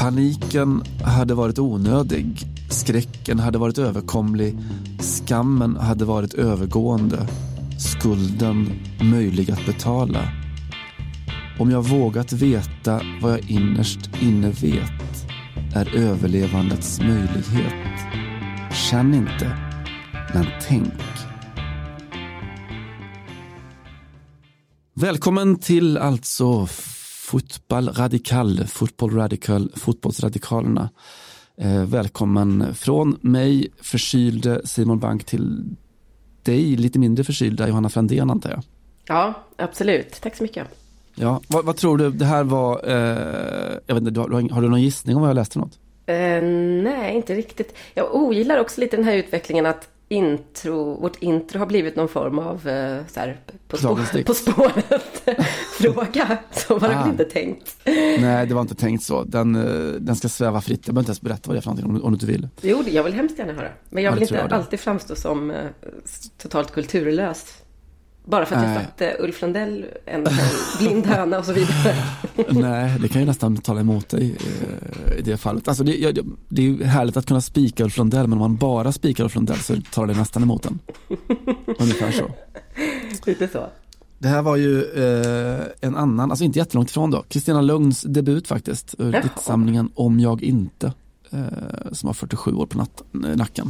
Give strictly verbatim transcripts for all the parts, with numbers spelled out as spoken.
Paniken hade varit onödig, skräcken hade varit överkomlig, skammen hade varit övergående, skulden möjlig att betala. Om jag vågat veta vad jag innerst inne vet är överlevandets möjlighet. Känn inte, men tänk. Välkommen till alltså Fotboll Radikal, Fotboll Radikal, Fotbollsradikalerna. Eh, välkommen från mig, förkylde Simon Bank, till dig, lite mindre förkylda Johanna Frändén, antar jag. Ja, absolut. Tack så mycket. Ja, vad, vad tror du? Det här var, eh, jag vet inte, har, har du någon gissning om vad jag läste något? Uh, nej, inte riktigt. Jag ogillar också lite den här utvecklingen att intro, vårt intro har blivit någon form av uh, så här, på, spå- på spåret fråga. Så var det ah. inte tänkt. Nej, det var inte tänkt så. Den, den ska sväva fritt. Jag behöver inte ens berätta vad det är för någonting om, om du inte vill. Jo, jag vill hemskt gärna höra. Men jag vill ja, inte alltid framstå som uh, totalt kulturlös. Bara för att Nej. jag satte Ulf Lundell en blind höna och så vidare. Nej, det kan ju nästan tala emot dig i det fallet. Alltså det, det är ju härligt att kunna spika Ulf Lundell, men om man bara spikar Ulf Lundell så tar det nästan emot den. Ungefär så. Lite så. Det här var ju eh, en annan, alltså inte jättelångt ifrån då, Kristina Lugns debut faktiskt, ur diktsamlingen Om jag inte, eh, som har fyrtiosju år på nat- nacken.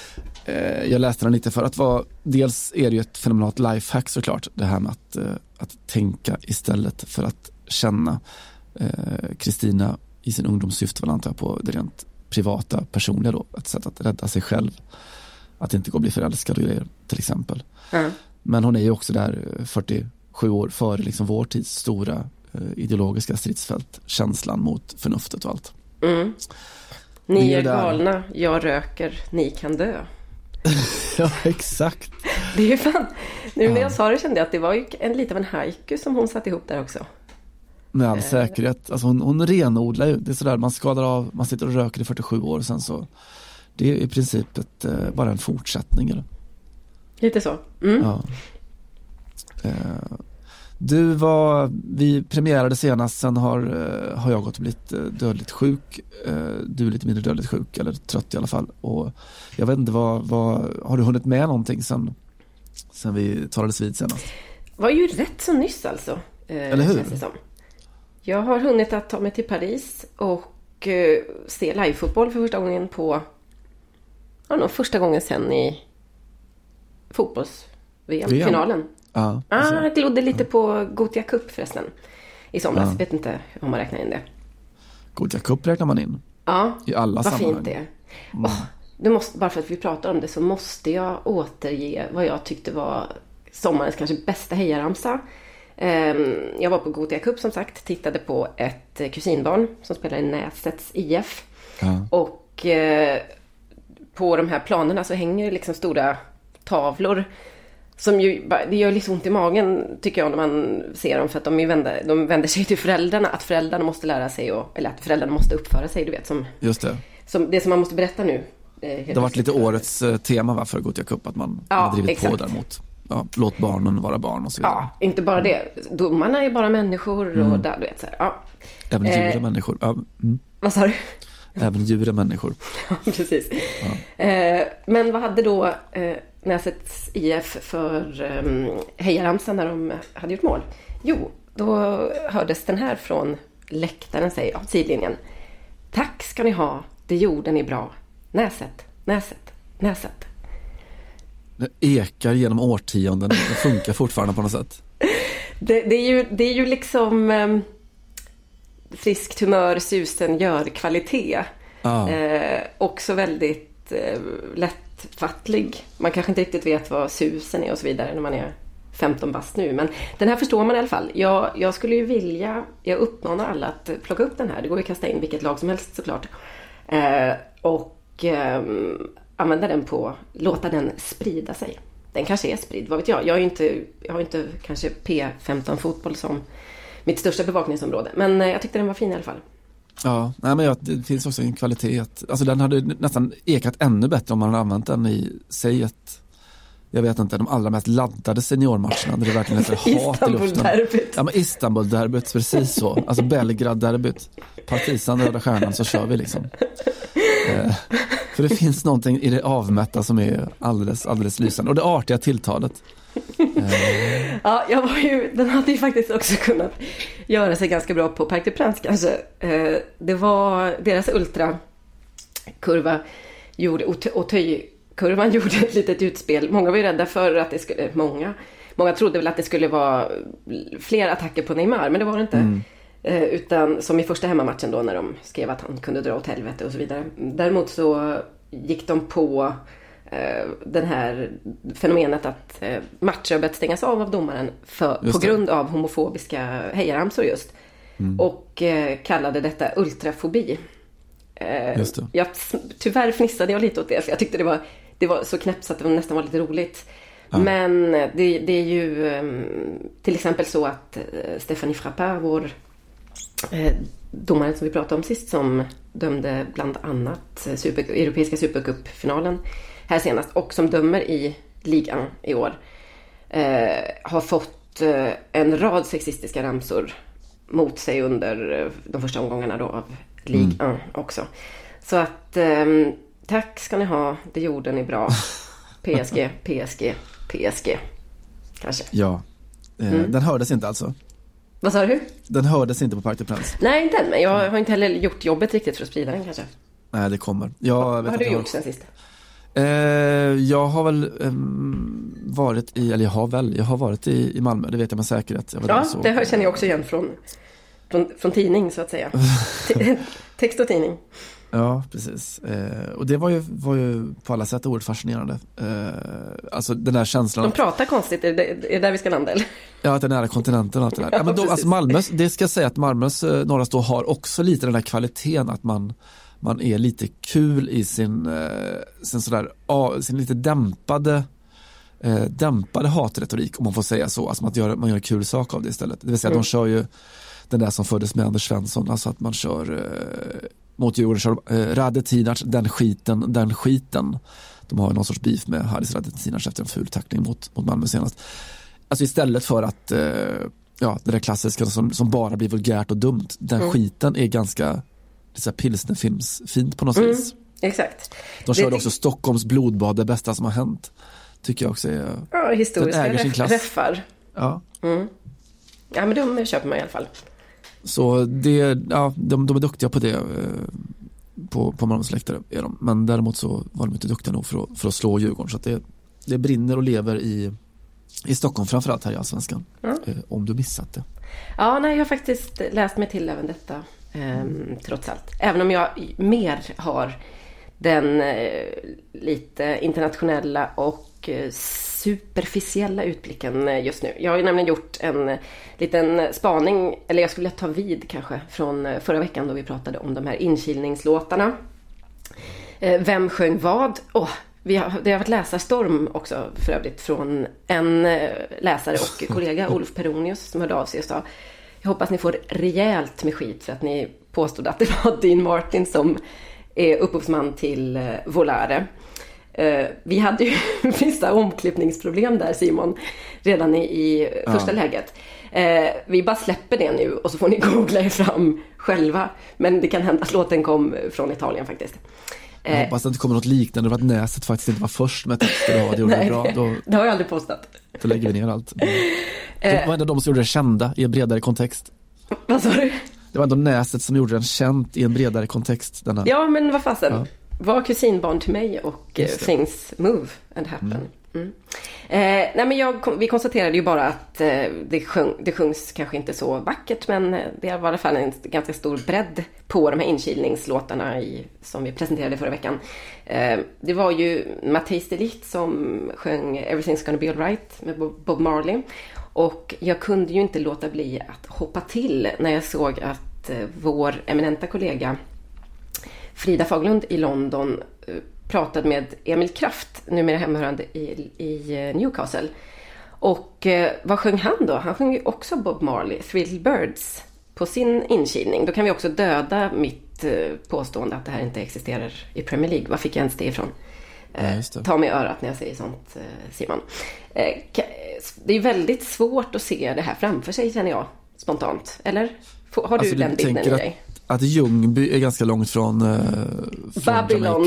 Jag läste den lite för att vara, dels är det ju ett fenomenalt lifehack såklart, det här med att, att tänka istället för att känna. Kristina eh, i sin ungdomssyfte väl antar jag på det rent privata, personliga då, ett sätt att rädda sig själv, att inte gå och bli förälskad och grejer till exempel. Mm. Men hon är ju också där fyrtiosju år före liksom vår tids stora eh, ideologiska stridsfält, känslan mot förnuftet och allt. Mm. Ni är, är galna, jag röker, ni kan dö. Ja, exakt. Det är ju fan. Nu när jag sa det kände jag att det var ju en lite av en haiku som hon satt ihop där också. Med all säkerhet. Alltså hon, hon renodlar ju. Det är sådär, man skadar av, man sitter och röker i fyrtiosju år och sen så, det är i princip ett, bara en fortsättning. Eller? Lite så. Mm. Ja. Eh, du var, vi premiärade senast, sen har, har jag gått och blivit dödligt sjuk. Du är lite mindre dödligt sjuk, eller trött i alla fall. Och jag vet inte, vad, vad, har du hunnit med någonting sen, sen vi talades vid senast? Det var ju rätt så nyss alltså. Eller hur? Jag har hunnit att ta mig till Paris och uh, se livefotboll för första gången på, ja, nog första gången sen i fotbolls-V M-finalen. Ja, ah, jag glodde lite på Gothia Cup förresten i somras. Ja. Vet inte om man räknar in det. Gothia Cup räknar man in. Ja, i alla vad sammanhang. Fint det är. Mm. Oh, du måste, bara för att vi pratar om det så måste jag återge vad jag tyckte var sommarens kanske bästa hejaramsa. Um, jag var på Gothia Cup som sagt, tittade på ett kusinbarn som spelar i Näsets I F. Ja. Och uh, på de här planerna så hänger det liksom stora tavlor som ju, det gör liksom ont i magen tycker jag när man ser dem, för att de, vänder, de vänder sig till föräldrarna, att föräldrarna måste lära sig och, eller att föräldrarna måste uppföra sig, du vet, som, just det. Som det som man måste berätta nu. Det har varit lite årets tema va, för Gothia Cup, att man ja, har drivit exakt. på däremot. Ja, låt barnen vara barn och så vidare. Ja, inte bara det. Domarna är bara människor och mm. där, du vet så här. Ja. Även djur är eh, människor. Ja. Mm. Vad sa du? Även djur är människor. Ja, precis. Ja. Eh, men vad hade då eh, Näsets I F för eh, hejaramsan när de hade gjort mål? Jo, då hördes den här från läktaren, säger jag, sidlinjen. Tack ska ni ha, det gjorde ni bra. Näset, Näset, Näset. Det ekar genom årtionden. Det funkar fortfarande på något sätt. Det, det, är, ju, det är ju liksom eh, friskt humör, susen gör kvalitet. Ah. Eh, också väldigt eh, lättfattlig. Man kanske inte riktigt vet vad susen är och så vidare när man är femton bast nu. Men den här förstår man i alla fall. Jag, jag skulle ju vilja, jag uppmanar alla att plocka upp den här. Det går ju att kasta in vilket lag som helst såklart. Eh, och eh, använda den på, låta den sprida sig. Den kanske är spridd, vad vet jag. Jag, är inte, jag har inte kanske P femton fotboll som mitt största bevakningsområde. Men jag tyckte den var fin i alla fall. Ja, nej men ja, det finns också en kvalitet. Alltså den hade nästan ekat ännu bättre om man hade använt den i, säg ett, jag vet inte, de allra mest laddade seniormatcherna där det verkligen heter hat i luften. Istanbul-derbyt. Ja, men Istanbul-derbyt, precis så. Alltså Belgrad-derbyt. Partisan, Röda Stjärnan, så kör vi liksom. Eh, för det finns någonting i det avmätta som är alldeles, alldeles lysande. Och det artiga tilltalet. Eh. Ja, jag var ju, den hade ju faktiskt också kunnat göra sig ganska bra på Parc des Princes kanske. Eh, det var deras ultrakurva gjorde, och töjkurvan gjorde ett litet utspel. Många var ju rädda för att det skulle, många, många trodde väl att det skulle vara fler attacker på Neymar, men det var det inte. Mm. Eh, utan som i första hemmamatchen då när de skrev att han kunde dra åt helvete och så vidare. Däremot så gick de på eh, den här fenomenet att eh, matcher börjat stängas av av domaren för, på grund av homofobiska hejaramsor just. Mm. Och eh, kallade detta ultrafobi. Eh, just det. Jag, tyvärr fnissade jag lite åt det, för jag tyckte det var, det var så knäppt så att det nästan var lite roligt. Ja. Men det, det är ju eh, till exempel så att eh, Stéphanie Frappart, vår eh, domaren som vi pratade om sist, som dömde bland annat super, europeiska supercupfinalen här senast och som dömer i ligan i år, eh, har fått eh, en rad sexistiska ramsor mot sig under eh, de första omgångarna då av ligan mm. också. Så att eh, tack ska ni ha, det gjorde ni bra. P S G, P S G, P S G kanske. Ja, eh, mm. den hördes inte alltså. Vad sa du? Den hördes inte på Parc des Princes. Nej, inte än, men jag har inte heller gjort jobbet riktigt för att sprida den kanske. Nej, det kommer. Jag Vad vet har du jag gjort sen sist? Eh, jag har väl eh, varit i, eller jag har väl, jag har varit i, i Malmö, det vet jag med säkerhet. Jag ja, så. Det här känner jag också igen från, från, från tidning så att säga. Text och tidning. Ja, precis. Eh, och det var ju, var ju på alla sätt oerhört fascinerande. Eh, alltså den där känslan. De pratar konstigt, är det, är det där vi ska landa eller? Ja, att det är nära kontinenten och allt det där. Ja, men då, alltså Malmö, det ska jag säga att Malmös eh, norra stå har också lite den där kvaliteten att man, man är lite kul i sin, eh, sin, sådär, ah, sin lite dämpade eh, dämpade hatretorik, om man får säga så. Alltså man gör, man gör en kul sak av det istället. Det vill säga mm. att de kör ju den där som föddes med Anders Svensson, alltså att man kör eh, mot Djurgården, kör eh, Radetinac, den skiten, den skiten. De har ju någon sorts beef med Haris Radetinac efter en ful tackling mot, mot Malmö senast. Alltså istället för att eh, ja, det där klassiska som, som bara blir vulgärt och dumt, den mm. skiten är ganska pilsnerfilms fint på något mm, vis. Exakt. De körde det, också Stockholms blodbad, det bästa som har hänt. Tycker jag också är... Ja, historiska ref- räffar. Ja. Mm. Ja, men de köper man i alla fall. Så det, ja, de, de är duktiga på det eh, på, på Malmös läktare är de. Men däremot så var de inte duktiga nog för att, för att slå Djurgården. Så att det, det brinner och lever i, i Stockholm, framförallt här i Allsvenskan. Mm. Eh, om du missat det. Ja, nej, jag har faktiskt läst mig till även detta. Um, trots allt. Även om jag mer har den eh, lite internationella och eh, superficiella utblicken eh, just nu. Jag har ju nämligen gjort en eh, liten spaning, eller jag skulle ta vid kanske från eh, förra veckan då vi pratade om de här inkilningslåtarna. Eh, vem sjöng vad? Oh, vi har, det har varit läsarstorm också för övrigt från en eh, läsare och kollega, Olof Peronius, som hörde av sig och sa: jag hoppas ni får rejält med skit för att ni påstod att det var Dean Martin som är upphovsman till uh, Volare. Uh, vi hade ju vissa omklippningsproblem där, Simon, redan i, i ja. första läget. Uh, vi bara släpper det nu och så får ni googla er fram själva. Men det kan hända att låten kom från Italien faktiskt. Jag hoppas att det kommer något liknande, att näset faktiskt inte var först med texter och det gjorde Nej, det bra. Då, det har jag aldrig påstått. Då lägger vi ner allt. Det var ändå de som gjorde det kända i en bredare kontext. Vad sa du? Det var ändå näset som gjorde den känt i en bredare kontext. Denna. Ja, men vad fasen. Ja. Var kusinbarn till mig och uh, things move and happen. Mm. Mm. Eh, nej men jag, vi konstaterade ju bara att eh, det, sjung, det sjungs kanske inte så vackert, men det var i alla fall en ganska stor bredd på de här inkilningslåtarna i, som vi presenterade förra veckan. Eh, det var ju Matthijs de Ligt som sjöng Everything's gonna be alright med Bob Marley. Och jag kunde ju inte låta bli att hoppa till när jag såg att eh, vår eminenta kollega Frida Faglund i London eh, pratade med Emil Kraft, numera hemmahörande i, i Newcastle. Och eh, vad sjöng han då? Han sjöng ju också Bob Marley, Thrilled Birds, på sin inkilning. Då kan vi också döda mitt eh, påstående att det här inte existerar i Premier League. Vad fick jag ens det ifrån? Ja, ta mig i örat när jag säger sånt, Simon. Det är väldigt svårt att se det här framför sig, känner jag, spontant. Eller? Har du alltså, den du bilden i dig? Att, att Ljungby är ganska långt från, eh, från Babylon.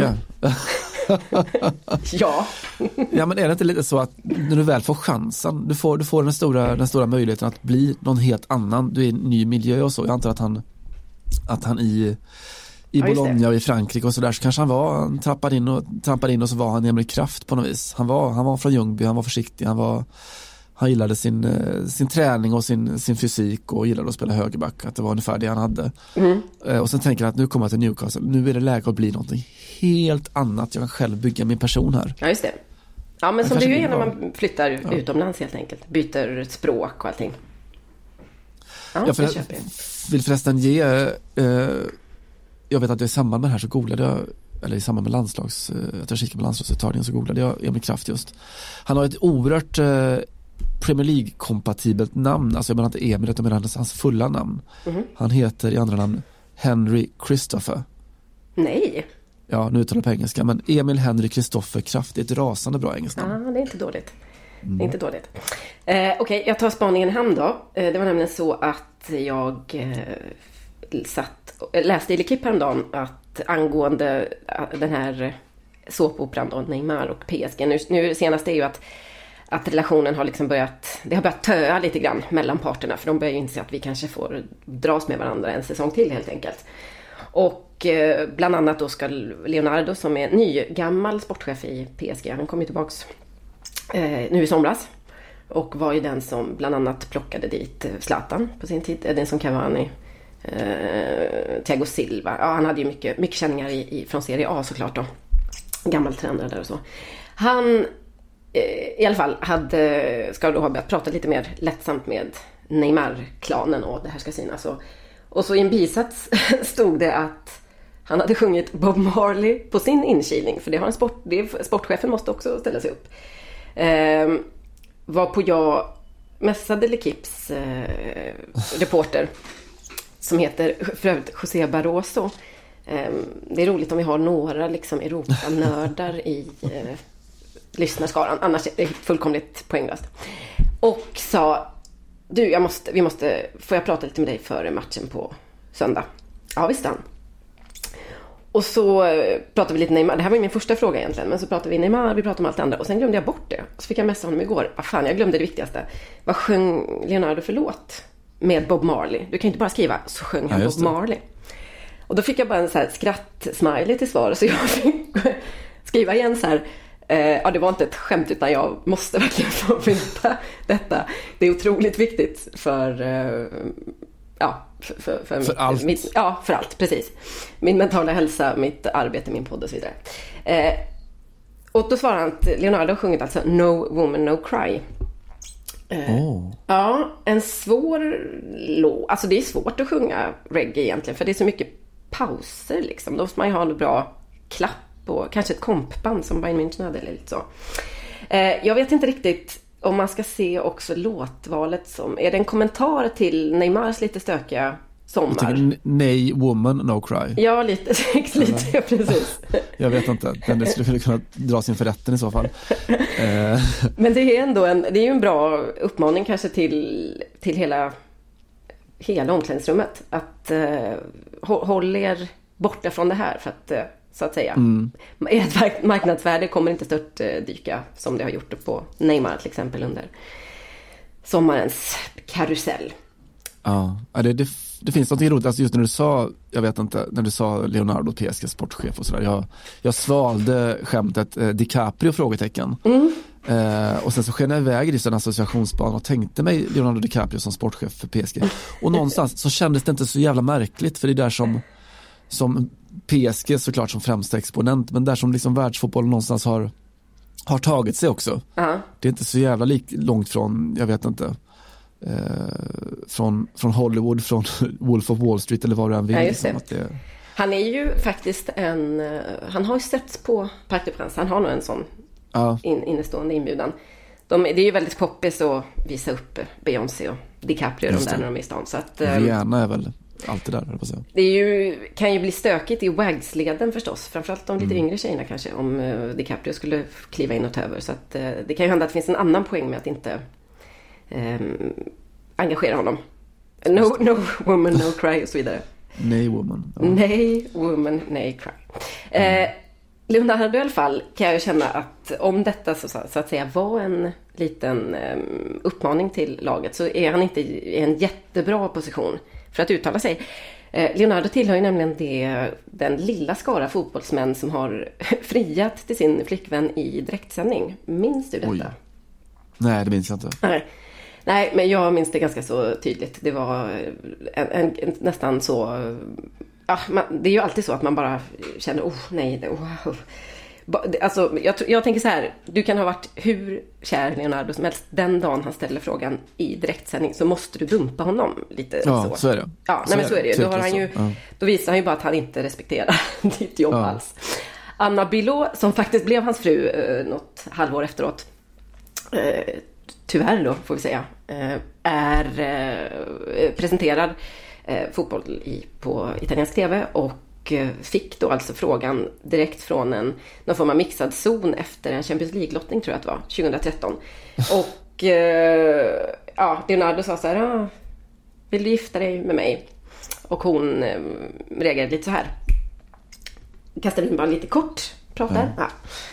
Ja. Ja, men är det inte lite så att när du väl får chansen, du får, du får den, stora, den stora möjligheten att bli någon helt annan, du är i en ny miljö och så. Jag antar att han, att han i I ja, Bologna och i Frankrike och så där, så kanske han var han trappade in och trampade in och så var han Emil Kraft på något vis. Han var han var från Ljungby, han var försiktig, han var han gillade sin sin träning och sin sin fysik och gillade att spela högerback, att det var ungefär det han hade. Mm. Och sen tänker jag att nu kommer jag till Newcastle. Nu är det läge att bli någonting helt annat. Jag kan själv bygga min person här. Ja, just det. Ja, men som det är ju när man flyttar ja. utomlands helt enkelt. Byter språk och allting. Ja, ja, för jag vill förresten ge eh, jag vet att i samband med det här så googlade jag, eller i samband med landslags, att jag kikade på landslagsuttagningen så googlade jag Emil Kraft just. Han har ett oerhört eh, Premier League-kompatibelt namn, alltså jag menar inte Emil utan jag menar hans fulla namn. Mm-hmm. Han heter i andra namn Henry Christopher. Nej. Ja, nu uttalar jag på engelska, men Emil Henry Christopher Kraft är ett rasande bra engelskt namn. Ja, det är inte dåligt. Mm. Det är inte dåligt. Eh, Okej, okay, jag tar spaningen hem då. Eh, det var nämligen så att jag eh, satt, läste i L'Equipe häromdagen att angående den här såpoperan då, Neymar och P S G. Nu, nu senast är ju att, att relationen har liksom börjat, det har börjat töa lite grann mellan parterna. För de börjar inse att vi kanske får dras med varandra en säsong till helt enkelt. Och eh, bland annat då ska Leonardo, som är ny gammal sportchef i P S G, han kom ju tillbaks eh, nu i somras. Och var ju den som bland annat plockade dit Zlatan på sin tid, den som Cavani. Uh, Thiago Silva, ja, han hade ju mycket, mycket känningar i, i, från Serie A såklart då, gammal tränare där och så. Han uh, i alla fall hade, ska då ha börjat prata lite mer lättsamt med Neymar-klanen och det här ska synas och, och så i en bisats stod det att han hade sjungit Bob Marley på sin inkilning, för det har en sport, det, sportchefen måste också ställa sig upp. Uh, var på jag mässade L'Equipes uh, reporter som heter för övrigt José Barroso. Det är roligt om vi har några liksom Europa-nördar i eh, lyssnarskaran. Annars är det fullkomligt poänglöst. Och sa, du, jag måste, vi måste, får jag prata lite med dig före matchen på söndag? Ja, visst han. Och så pratade vi lite Neymar. Det här var min första fråga egentligen. Men så pratade vi Neymar, vi pratade om allt andra. Och sen glömde jag bort det. Och så fick jag messa honom igår. Vad fan, jag glömde det viktigaste. Vad sjöng Leonardo för låt? Med Bob Marley. Du kan inte bara skriva så sjöng han ja, Bob Marley. Och då fick jag bara en så här skratt-smiley till svar. Så jag fick skriva igen så här. Eh, ja, det var inte ett skämt utan jag måste verkligen få veta detta. Det är otroligt viktigt för... Eh, ja, för, för, för, för mitt, allt. Mitt, ja, för allt, precis. Min mentala hälsa, mitt arbete, min podd och så vidare. Eh, och då svarade han att Leonardo har sjungit alltså No Woman No Cry. Oh. Ja, en svår låt. Alltså det är svårt att sjunga reggae egentligen, för det är så mycket pauser liksom. Då måste man ju ha en bra klapp och kanske ett kompband som Bayern München hade eller lite så. Eh, jag vet inte riktigt om man ska se också låtvalet som, är det en kommentar till Neymars lite stökiga sommar? Nej, woman, no cry. Ja, lite, lite ja, precis. Jag vet inte, men det skulle kunna dras inför rätten i så fall. Men det är ändå en, det är ju en bra uppmaning kanske till, till hela, hela omklädningsrummet. Att uh, håll er borta från det här för att, uh, så att säga. Mm. Ert marknadsvärde kommer inte stört uh, dyka som det har gjort på Neymar till exempel under sommarens karusell. Ja, det, det, det finns något roligt. Alltså just när du sa, jag vet inte, när du sa Leonardo P S G sportchef och sådär. Jag, jag svalde skämtet eh, DiCaprio frågetecken. Mm. Eh, och sen så skenade jag iväg i en associationsbana och tänkte mig Leonardo DiCaprio som sportchef för P S G. Och någonstans så kändes det inte så jävla märkligt, för det är där som, som P S G såklart som främsta exponent, men där som liksom världsfotboll någonstans har, har tagit sig också. Uh-huh. Det är inte så jävla lik, långt från, jag vet inte, Eh, från, från Hollywood, från Wolf of Wall Street eller vad du än vill. Ja, liksom, att det... Han är ju faktiskt en, han har ju setts på Parc des Princes, han har nog en sån ja. in, innestående inbjudan. De, det är ju väldigt poppis att visa upp Beyoncé och DiCaprio de där när de är i stan. Så att, Rihanna är väl allt det där, höll på att säga. Det är ju, kan ju bli stökigt i Wags-leden förstås. Framförallt de lite mm. yngre tjejerna kanske. Om uh, DiCaprio skulle kliva in och ta över. Så att, uh, det kan ju hända att det finns en annan poäng med att inte um, engagera honom. No, no woman, no cry och så vidare. Nej woman. Ja. Nej woman, nej cry. Mm. Uh, Leonardo i alla fall kan jag ju känna att om detta så, så att säga var en liten um, uppmaning till laget, så är han inte i en jättebra position för att uttala sig. Eh, Leonardo tillhör ju nämligen det, den lilla skara fotbollsmän som har friat till sin flickvän i direktsändning. Minns du detta? Oj. Nej, det minns jag inte. Nej. Nej, men jag minns det ganska så tydligt. Det var en, en, en, nästan så... Ja, man, det är ju alltid så att man bara känner, oh nej, det, wow. Alltså, jag, jag tänker så här, du kan ha varit hur kär Leonardo som helst. Den dagen han ställer frågan i direktsändning så måste du dumpa honom lite. Ja, så, så är det. Ja, nej, men så är det ju. Då, har han ju, ja. Då visar han ju bara att han inte respekterar ditt jobb ja. alls. Anna Bilot, som faktiskt blev hans fru eh, något halvår efteråt, eh, tyvärr då får vi säga, eh, är eh, presenterad eh, fotboll i, på italiensk tv och fick då alltså frågan direkt från en någon form av mixad zon efter en Champions League-lottning, tror jag att det var, tjugohundratretton. Och eh, ja, Leonardo sa så här, ah, vill du gifta dig med mig? Och hon eh, reagerade lite så här. Kastade in bara lite kort, pratar. Ja.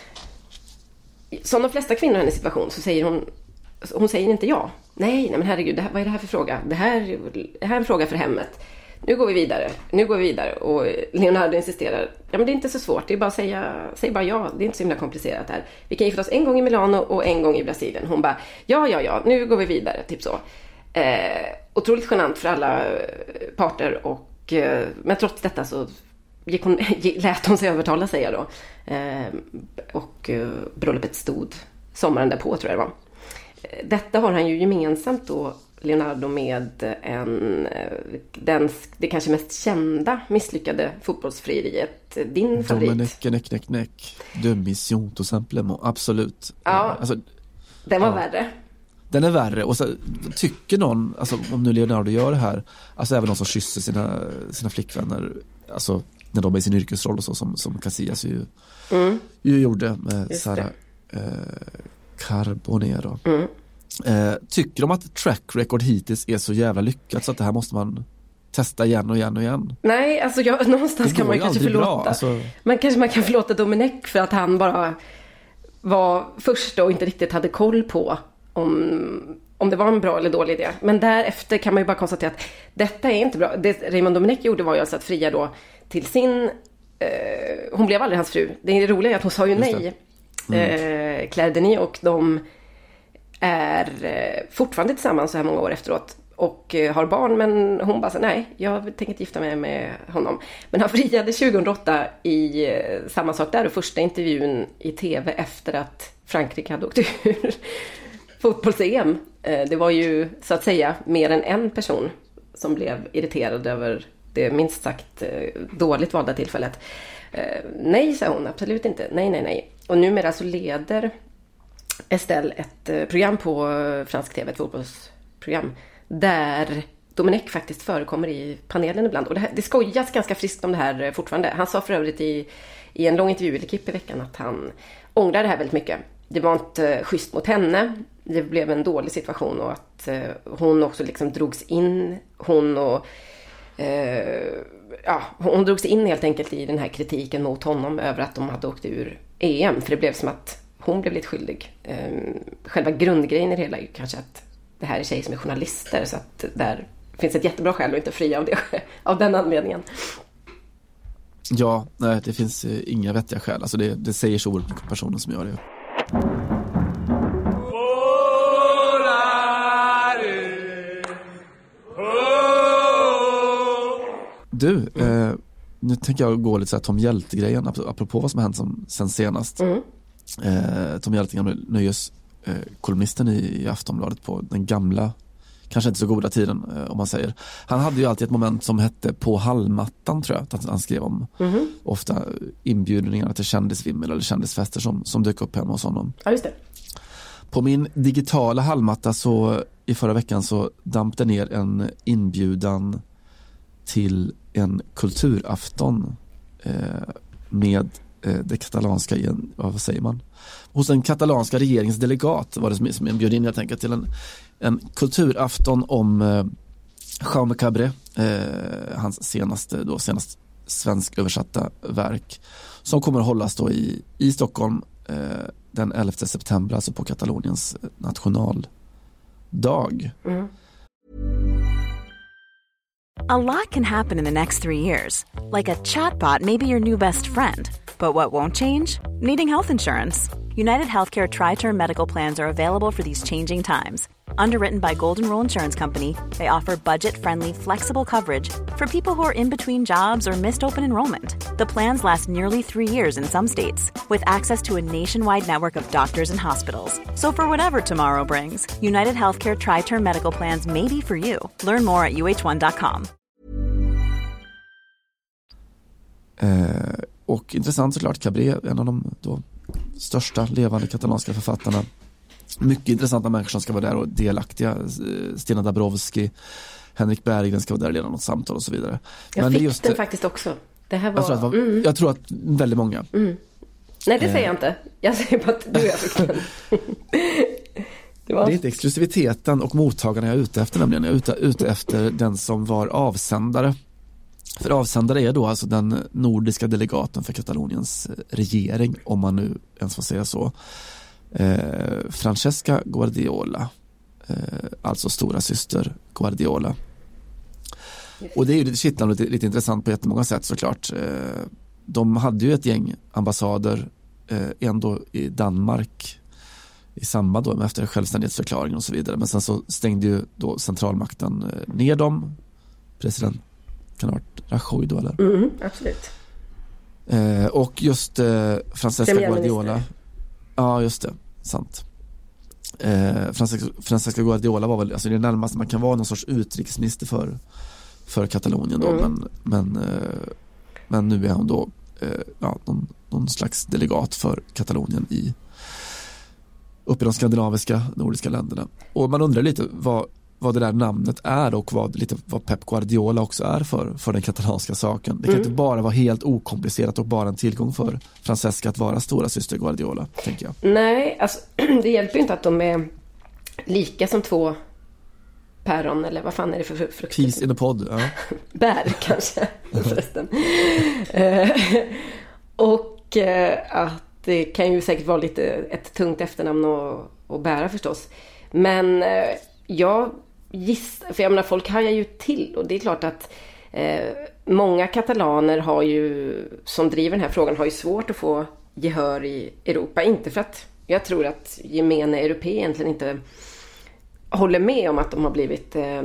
Ja. Som de flesta kvinnor i hennes situation så säger hon, hon säger inte ja. Nej, nej men herregud, det här, vad är det här för fråga? Det här, det här är en fråga för hemmet. Nu går vi vidare, nu går vi vidare. Och Leonardo insisterar, ja men det är inte så svårt, det är bara att säga, säg bara ja, det är inte så himla komplicerat här. Vi kan gifta oss en gång i Milano och en gång i Brasilien. Hon bara, ja, ja, ja, nu går vi vidare, typ så. Eh, otroligt genant för alla parter, och, eh, men trots detta så gick hon, lät hon sig övertala, säger jag då. Eh, och eh, bröllopet stod sommaren därpå, tror jag det var. Eh, detta har han ju gemensamt då, Leonardo, med en, den, det kanske mest kända misslyckade fotbollsfrieriet, din favorit. Dominique, neck, neck, neck. De mission tout simplement, absolut. Ja, alltså, den var ja. värre. Den är värre, och så tycker någon, alltså om nu Leonardo gör det här, alltså även någon som kysser sina, sina flickvänner, alltså när de är i sin yrkesroll och så, som, som Casillas ju, mm. ju gjorde med Just Sara eh, Carbonero. Mm. Eh, tycker de att track record hittills är så jävla lyckat så att det här måste man testa igen och igen och igen? Nej, alltså jag, någonstans kan man ju kanske förlåta alltså... man kanske man kan förlåta Dominic för att han bara var först och inte riktigt hade koll på om, om det var en bra eller dålig idé. Men därefter kan man ju bara konstatera att detta är inte bra. Det Raymond Dominic gjorde var ju alltså att fria då till sin eh, hon blev aldrig hans fru. Det är roligt att hon sa ju nej. Mm. eh, Claire Denis, och de är fortfarande tillsammans så här många år efteråt och har barn, men hon bara så nej, jag tänker inte gifta mig med honom. Men han friade tjugohundraåtta i samma sak där, och första intervjun i tv efter att Frankrike hade åkt ur fotbolls-E M. Det var ju så att säga mer än en person som blev irriterad över det minst sagt dåligt valda tillfället. Nej, sa hon, absolut inte. Nej, nej, nej. Och numera så leder Estelle ett program på fransk tv, ett fotbollsprogram, där Dominic faktiskt förekommer i panelen ibland. Och det, här, det skojas ganska friskt om det här fortfarande. Han sa för övrigt i, i en lång intervju i L'Equipe i veckan att han ångrar det här väldigt mycket. Det var inte schysst mot henne. Det blev en dålig situation, och att eh, hon också liksom drogs in. Hon och eh, ja, hon drogs in helt enkelt i den här kritiken mot honom över att de hade åkt ur E M. För det blev som att hon blev lite skyldig. Själva grundgrejen i det hela är ju kanske att det här är tjejer som är journalister, så att där finns ett jättebra skäl att inte fria av, det, av den anledningen. Ja, nej, det finns inga vettiga skäl. Alltså det, det säger så oerhört mycket personer som gör det. Du, eh, nu tänker jag gå lite så här Tom Hjälte-grejen, apropå vad som har hänt som, sen senast. Mm. Eh, Tom Hjälte, gamla nöjeskolumnisten eh, i, i Aftonbladet på den gamla, kanske inte så goda tiden eh, om man säger. Han hade ju alltid ett moment som hette På hallmattan, tror jag, att han skrev om mm-hmm. ofta inbjudningar till kändisvimmel eller kändisfester som, som dök upp hemma hos honom. Ja, just det. På min digitala hallmatta så i förra veckan så damp det ner en inbjudan till en kulturafton eh, med eh, det katalanska, vad säger man? Hos den katalanska regeringens delegat var det som, som en bjöd in, jag tänker, till en, en kulturafton om eh, Jaume Cabré, eh, hans senaste, då, senast svensk översatta verk, som kommer att hållas då i, i Stockholm eh, den elfte september, alltså på Kataloniens nationaldag. Mm. A lot can happen in the next three years. Like a chatbot may be your new best friend. But what won't change? Needing health insurance. United Healthcare Tri-Term Medical Plans are available for these changing times. Underwritten by Golden Rule Insurance Company, they offer budget-friendly, flexible coverage for people who are in between jobs or missed open enrollment. The plans last nearly three years in some states, with access to a nationwide network of doctors and hospitals. So for whatever tomorrow brings, United Healthcare Tri-Term Medical Plans may be for you. Learn more at u h one dot com. Eh, och intressant såklart, Cabré, en av de då största levande katalanska författarna. Mycket intressanta människor som ska vara där och delaktiga. Stina Dabrowski, Henrik Berggren ska vara där och leda något samtal och så vidare. Jag Men fick det just, den faktiskt också. Det här var, jag, tror att var mm. jag tror att väldigt många. Mm. Nej, det säger jag inte. Jag säger bara att du och jag fick den. det, var... det är inte exklusiviteten och mottagarna jag är ute efter, nämligen. Jag är ute, ute efter den som var avsändare. För avsändare är då alltså den nordiska delegaten för Kataloniens regering, om man nu ens får säga så. Eh, Francesca Guardiola, eh, alltså stora syster Guardiola. Och det är ju lite kittlande och lite, lite intressant på jättemånga sätt såklart. Eh, de hade ju ett gäng ambassader, eh, en då i Danmark i samband då med efter självständighetsförklaringen och så vidare. Men sen så stängde ju då centralmakten eh, ner dem. President kan det ha varit Rajoy då, eller? Mm, absolut. Eh, och just eh, Francesca Guardiola. Ja, just det. Sant. Eh, Francesca, Francesca Guardiola var väl alltså det närmaste man kan vara någon sorts utrikesminister för, för Katalonien då. Mm. Men, men, eh, men nu är hon då eh, ja, någon, någon slags delegat för Katalonien i uppe i de skandinaviska nordiska länderna. Och man undrar lite vad vad det där namnet är och vad, lite, vad Pep Guardiola också är för, för den katalanska saken. Det kan mm. inte bara vara helt okomplicerat och bara en tillgång för Francesca att vara stora syster Guardiola, tänker jag. Nej, alltså det hjälper ju inte att de är lika som två päron, eller vad fan är det för frukt? Peas in a pod, ja. Bär kanske, förresten. Och att det kan ju säkert vara lite ett tungt efternamn att, att bära förstås. Men jag giss, för jag menar, folk hajar ju till, och det är klart att eh, många katalaner har ju, som driver den här frågan, har ju svårt att få gehör i Europa. Inte för att jag tror att gemene europé egentligen inte håller med om att de har blivit eh,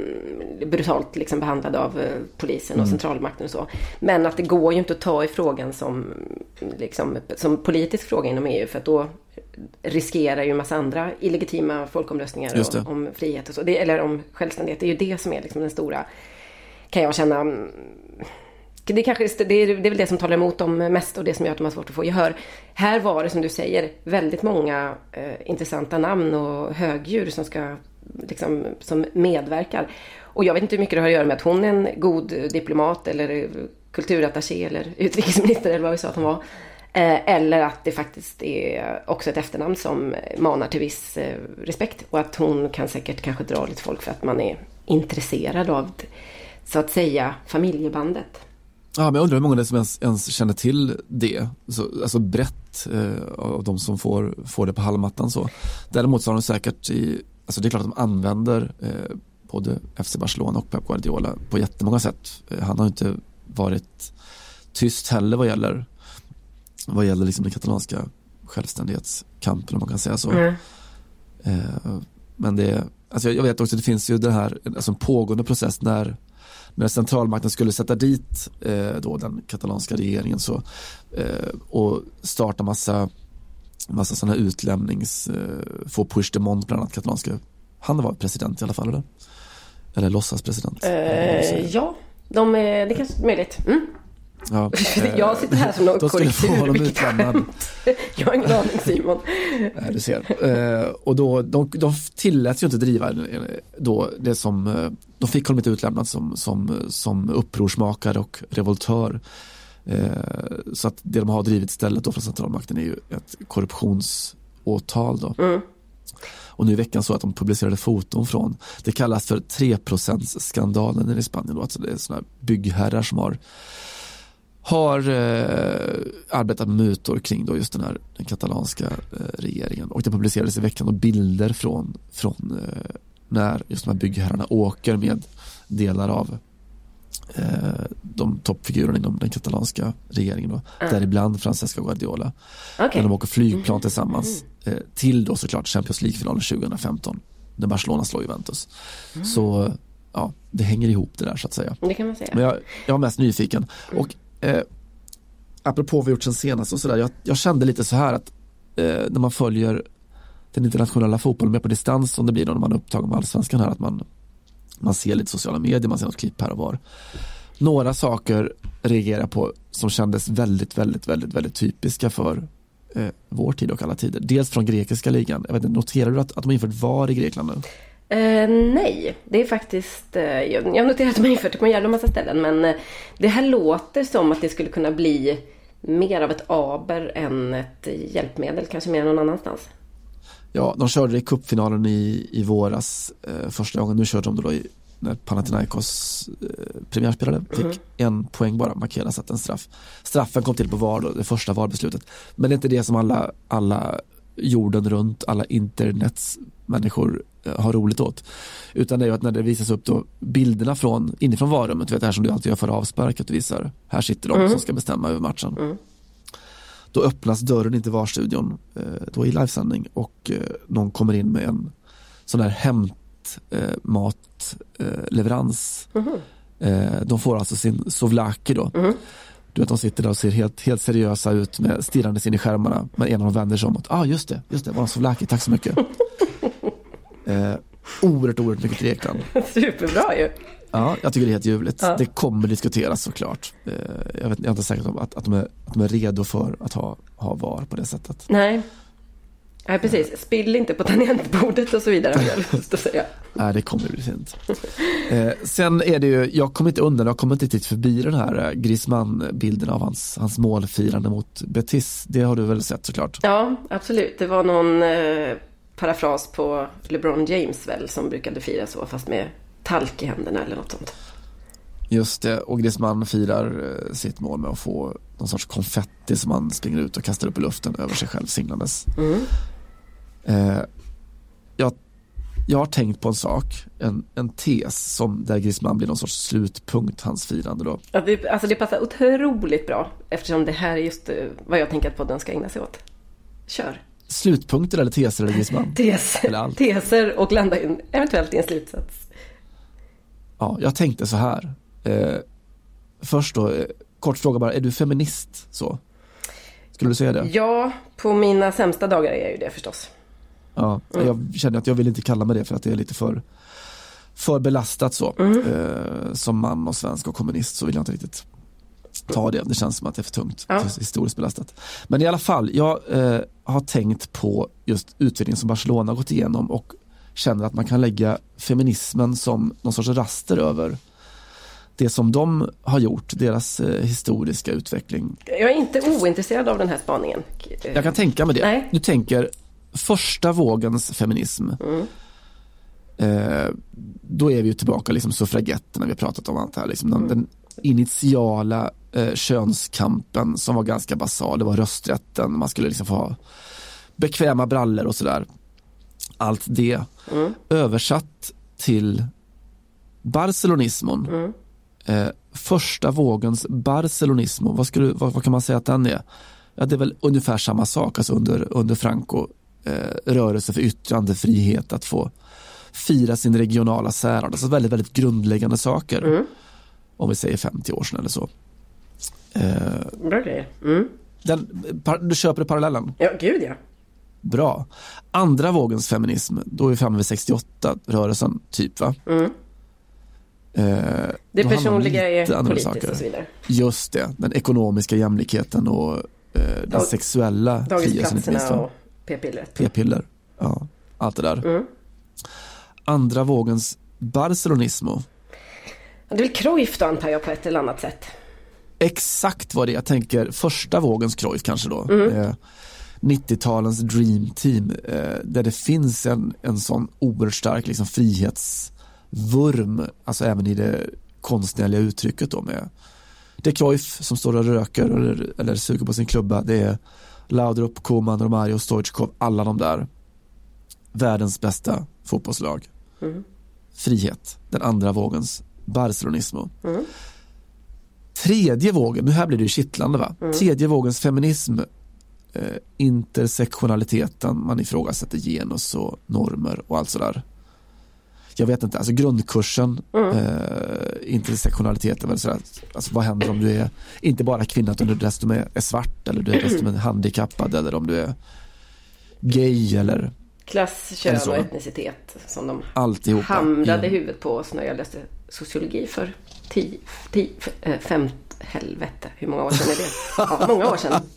brutalt liksom behandlade av eh, polisen och mm. centralmakten och så. Men att det går ju inte att ta i frågan som, liksom, som politisk fråga inom E U, för att då riskerar ju en massa andra illegitima folkomröstningar och, om frihet och så. Det, eller om självständighet. Det är ju det som är liksom den stora, kan jag känna. Det är, kanske, det, är, det är väl det som talar emot dem mest och det som gör att de har svårt att få gehör. Här var det, som du säger, väldigt många eh, intressanta namn och högdjur som ska liksom, som medverkar. Och jag vet inte hur mycket det har att göra med att hon är en god diplomat eller kulturattaché eller utrikesminister eller vad vi sa att hon var. Eh, eller att det faktiskt är också ett efternamn som manar till viss eh, respekt. Och att hon kan säkert kanske dra lite folk för att man är intresserad av, så att säga, familjebandet. Ja, men jag undrar hur många det som ens, ens känner till det. Så, alltså brett eh, av de som får, får det på halmmattan. Så. Däremot så har de säkert i, alltså det är klart att de använder eh, både F C Barcelona och Pep Guardiola på jättemånga sätt. Eh, han har inte varit tyst heller vad gäller vad gäller liksom den katalanska självständighetskampen, om man kan säga så. Mm. Eh, men det, alltså jag, jag vet också att det finns ju den här, alltså en pågående process när när centralmakten skulle sätta dit eh, då den katalanska regeringen så, eh, och starta massa massa sådana här utlämnings eh, få Puigdemont, bland annat katalanska, han var president i alla fall, eller? Eller låtsaspresident? Eh, ja, de är, det är kanske möjligt. Mm. Ja, jag sitter här som någon korrekturvikant. Jag har ingen aning, Simon. Nej, du ser. Eh, och då, de, de tilläts ju inte driva då det som, de fick honom inte utlämnat som, som, som upprorsmakare och revoltör. Eh, så att det de har drivit istället då från centralmakten är ju ett korruptionsåtal då. Mm. Och nu i veckan så att de publicerade foton från, det kallas för tre procent-skandalen i Spanien då. Alltså det är sådana byggherrar som har har eh, arbetat med mutor kring då just den här den katalanska eh, regeringen. Och det publicerades i veckan och bilder från, från eh, när just de här byggherrarna åker med delar av eh, de toppfigurerna inom den katalanska regeringen då. Mm. Däribland Francesco Guardiola. Okay. När de åker flygplan tillsammans eh, till då såklart Champions League-finalen tjugo femton när Barcelona slår Juventus. Mm. Så ja, det hänger ihop det där så att säga. Det kan man säga. Men jag, jag är mest nyfiken. Mm. Och Eh, apropå vad vi gjort sen senast och sådär, jag, jag kände lite så här att eh, när man följer den internationella fotbollen mer på distans som det blir då när man är upptagen med allsvenskan här, att man, man ser lite sociala medier, man ser något klipp här och var. Några saker reagerar på som kändes väldigt, väldigt, väldigt, väldigt typiska för eh, vår tid och alla tider. Dels från grekiska ligan. Jag vet inte, noterar du att, att de har infört V A R i Grekland nu? Uh, nej, det är faktiskt uh, jag, jag noterar att de har infört det på en jävla massa ställen, men uh, det här låter som att det skulle kunna bli mer av ett aber än ett hjälpmedel, kanske mer än någon annanstans. Ja, de körde det i cupfinalen i, i våras uh, första gången. Nu körde de det då i, när Panathinaikos uh, premiärspelare fick mm. en poäng bara, markeras att en straff. Straffen kom till på V A R då, det första V A R-beslutet. Men det är inte det som alla, alla jorden runt, alla internets människor har roligt åt. Utan det är ju att när det visas upp då bilderna från inifrån varummet, vet det här som du alltid gör för avsparkat och visar, här sitter de mm. som ska bestämma över matchen. Mm. Då öppnas dörren in till V A R-studion eh, då i livesändning och eh, någon kommer in med en sån här hämt eh, matleverans. Eh, mm. eh, de får alltså sin souvlaki då. Mm. Du vet, de sitter där och ser helt, helt seriösa ut med stirrandes in i skärmarna, men en av dem vänder sig om att, ah just det, just det, var en souvlaki, tack så mycket. Eh, oerhört, oerhört mycket Grekland. Superbra ju. Ja, jag tycker det är helt ljuvligt. Ja. Det kommer diskuteras såklart. Eh, jag, vet, jag är inte säker på att, att, de är, att de är redo för att ha, ha V A R på det sättet. Nej. Nej, precis. Spill inte på tangentbordet och så vidare. Just att säga. Nej, det kommer bli fint. Eh, sen är det ju, jag kommer inte undan, jag kommer inte riktigt förbi den här Griezmann-bilden av hans, hans målfirande mot Betis. Det har du väl sett såklart? Ja, absolut. Det var någon eh, parafras på LeBron James väl som brukade fira så, fast med talk i händerna eller något sånt. Just det, och Griezmann firar eh, sitt mål med att få någon sorts konfetti som man springer ut och kastar upp i luften över sig själv singlandes. Mm. Eh, jag, jag har tänkt på en sak, en, en tes som där Griezmann blir någon sorts slutpunkt hans firande då. Ja, det, alltså det passar otroligt bra eftersom det här är just vad jag tänker att podden ska ägna sig åt. Kör. Slutpunkter eller teser eller Griezmann? Tes, eller allt. Teser och landa in, eventuellt i en slutsats. Ja, jag tänkte så här. Eh, först då, eh, kort fråga bara, är du feminist så? Skulle du säga det? Ja, på mina sämsta dagar är jag ju det förstås. Ja, mm. Jag känner att jag vill inte kalla mig det för att det är lite för, för belastat så. Mm. Eh, som man och svensk och kommunist så vill jag inte riktigt ta det. Det känns som att det är för tungt, ja. För historiskt belastat. Men i alla fall, jag eh, har tänkt på just utvecklingen som Barcelona har gått igenom och känner att man kan lägga feminismen som någon sorts raster över det som de har gjort, deras eh, historiska utveckling. Jag är inte ointresserad av den här spaningen. Jag kan tänka mig det. Nej. Du tänker första vågens feminism. Mm. Eh, då är vi ju tillbaka liksom suffragetterna vi har pratat om allt här. Liksom den, mm. den initiala eh, könskampen som var ganska basal. Det var rösträtten. Man skulle liksom få ha bekväma brallor och sådär. Allt det. Mm. Översatt till barcelonismon. Mm. Eh, första vågens barcelonismo, vad, ska du, vad, vad kan man säga att den är? Ja, det är väl ungefär samma sak alltså under, under Franco, eh, rörelse för yttrandefrihet, att få fira sin regionala särart, alltså väldigt, väldigt grundläggande saker. Mm. Om vi säger femtio år sedan eller så. Eh, Bra grej. Mm. Den, par, du köper det parallellen? Ja, gud ja. Bra. Andra vågens feminism, då är vi framme vid sextioåtta rörelsen typ va? Mm. Uh, Det personliga är politiskt och så vidare. Just det, den ekonomiska jämlikheten och eh, den Dag, sexuella friheten inte minst. Och p-piller. P-piller, ja, allt det där. Mm. Andra vågens barcelonismo. Det är väl Cruyff då, antar jag, på ett eller annat sätt. Exakt vad det är. Jag tänker första vågens Cruyff kanske då. Mm. Eh, nittiotalens dream team eh, där det finns en, en sån oerhört stark liksom, frihetsvurm, alltså även i det konstnärliga uttrycket då med det är Cruyff som står och röker eller, eller suger på sin klubba, det är Laudrup, Koeman, Romario, Stoichkov, alla de där världens bästa fotbollslag. Mm. Frihet, den andra vågens barcelonismo. Mm. Tredje vågen, nu här blir det ju kittlande va? Mm. Tredje vågens feminism, eh, intersektionaliteten, man ifrågasätter genus och normer och allt sådär. Jag vet inte, alltså grundkursen mm. eh, intersektionalitet är väl sådär, alltså vad händer om du är inte bara kvinna utan du dessutom är, är svart eller du är dessutom är handikappad eller om du är gay eller klass, kön och etnicitet som de alltihopa hamrade i huvudet på oss när jag läste sociologi för tio, tio, fem, helvete, hur många år sedan är det? Ja, många år sedan.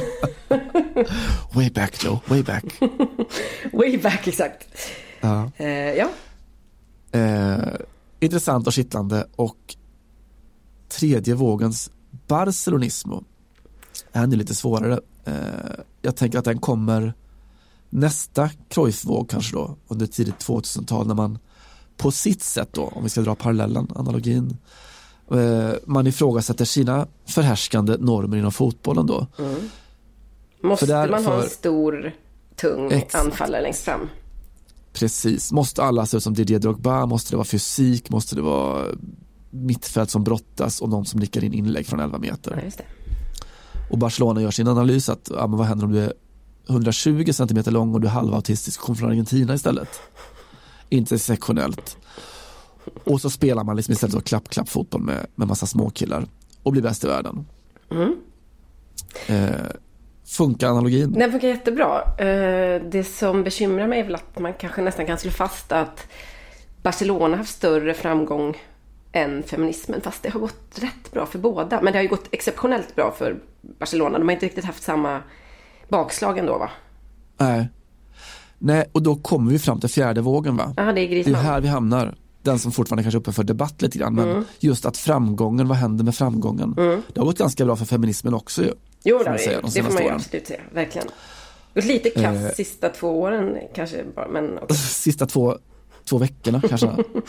Way back Joe, way back. Way back, exakt. Ja. Eh, ja. Eh, intressant och kittlande. Och tredje vågens barcelonismo är nu lite svårare. Eh, jag tänker att den kommer nästa Cruyff-våg kanske då under tidigt tvåtusental när man på sitt sätt då, om vi ska dra parallellen, analogin, eh, man ifrågasätter sina förhärskande normer inom fotbollen då. Mm. Måste där, man ha en stor, tung exakt. Anfallare längst fram? Precis. Måste alla se ut som Didier Drogba? Måste det vara fysik? Måste det vara mittfält som brottas och någon som nickar in inlägg från elva meter? Ja, just det. Och Barcelona gör sin analys att ja, men vad händer om du är hundratjugo centimeter lång och du är halvautistisk och kommer från Argentina istället? Intersektionellt. Och så spelar man liksom istället klapp-klapp fotboll med, med massa småkillar och blir bäst i världen. Mm. Eh, funkar analogin? Den funkar jättebra. Eh, det som bekymrar mig är väl att man kanske nästan kan slå fast att Barcelona har haft större framgång än feminismen, fast det har gått rätt bra för båda. Men det har ju gått exceptionellt bra för Barcelona. De har inte riktigt haft samma bakslag ändå, va? Nej. Nej, och då kommer vi fram till fjärde vågen, va? Ja, det är Griezmann. Det är här vi hamnar. Den som fortfarande kanske är uppe för debatt lite grann. Men mm. just att framgången, vad händer med framgången? Mm. Det har gått ganska bra för feminismen också ju. Jo, får det, säga, de det får man ju absolut säga, verkligen. Gått lite kass eh, sista två åren kanske bara, men också. Sista två, två veckorna kanske.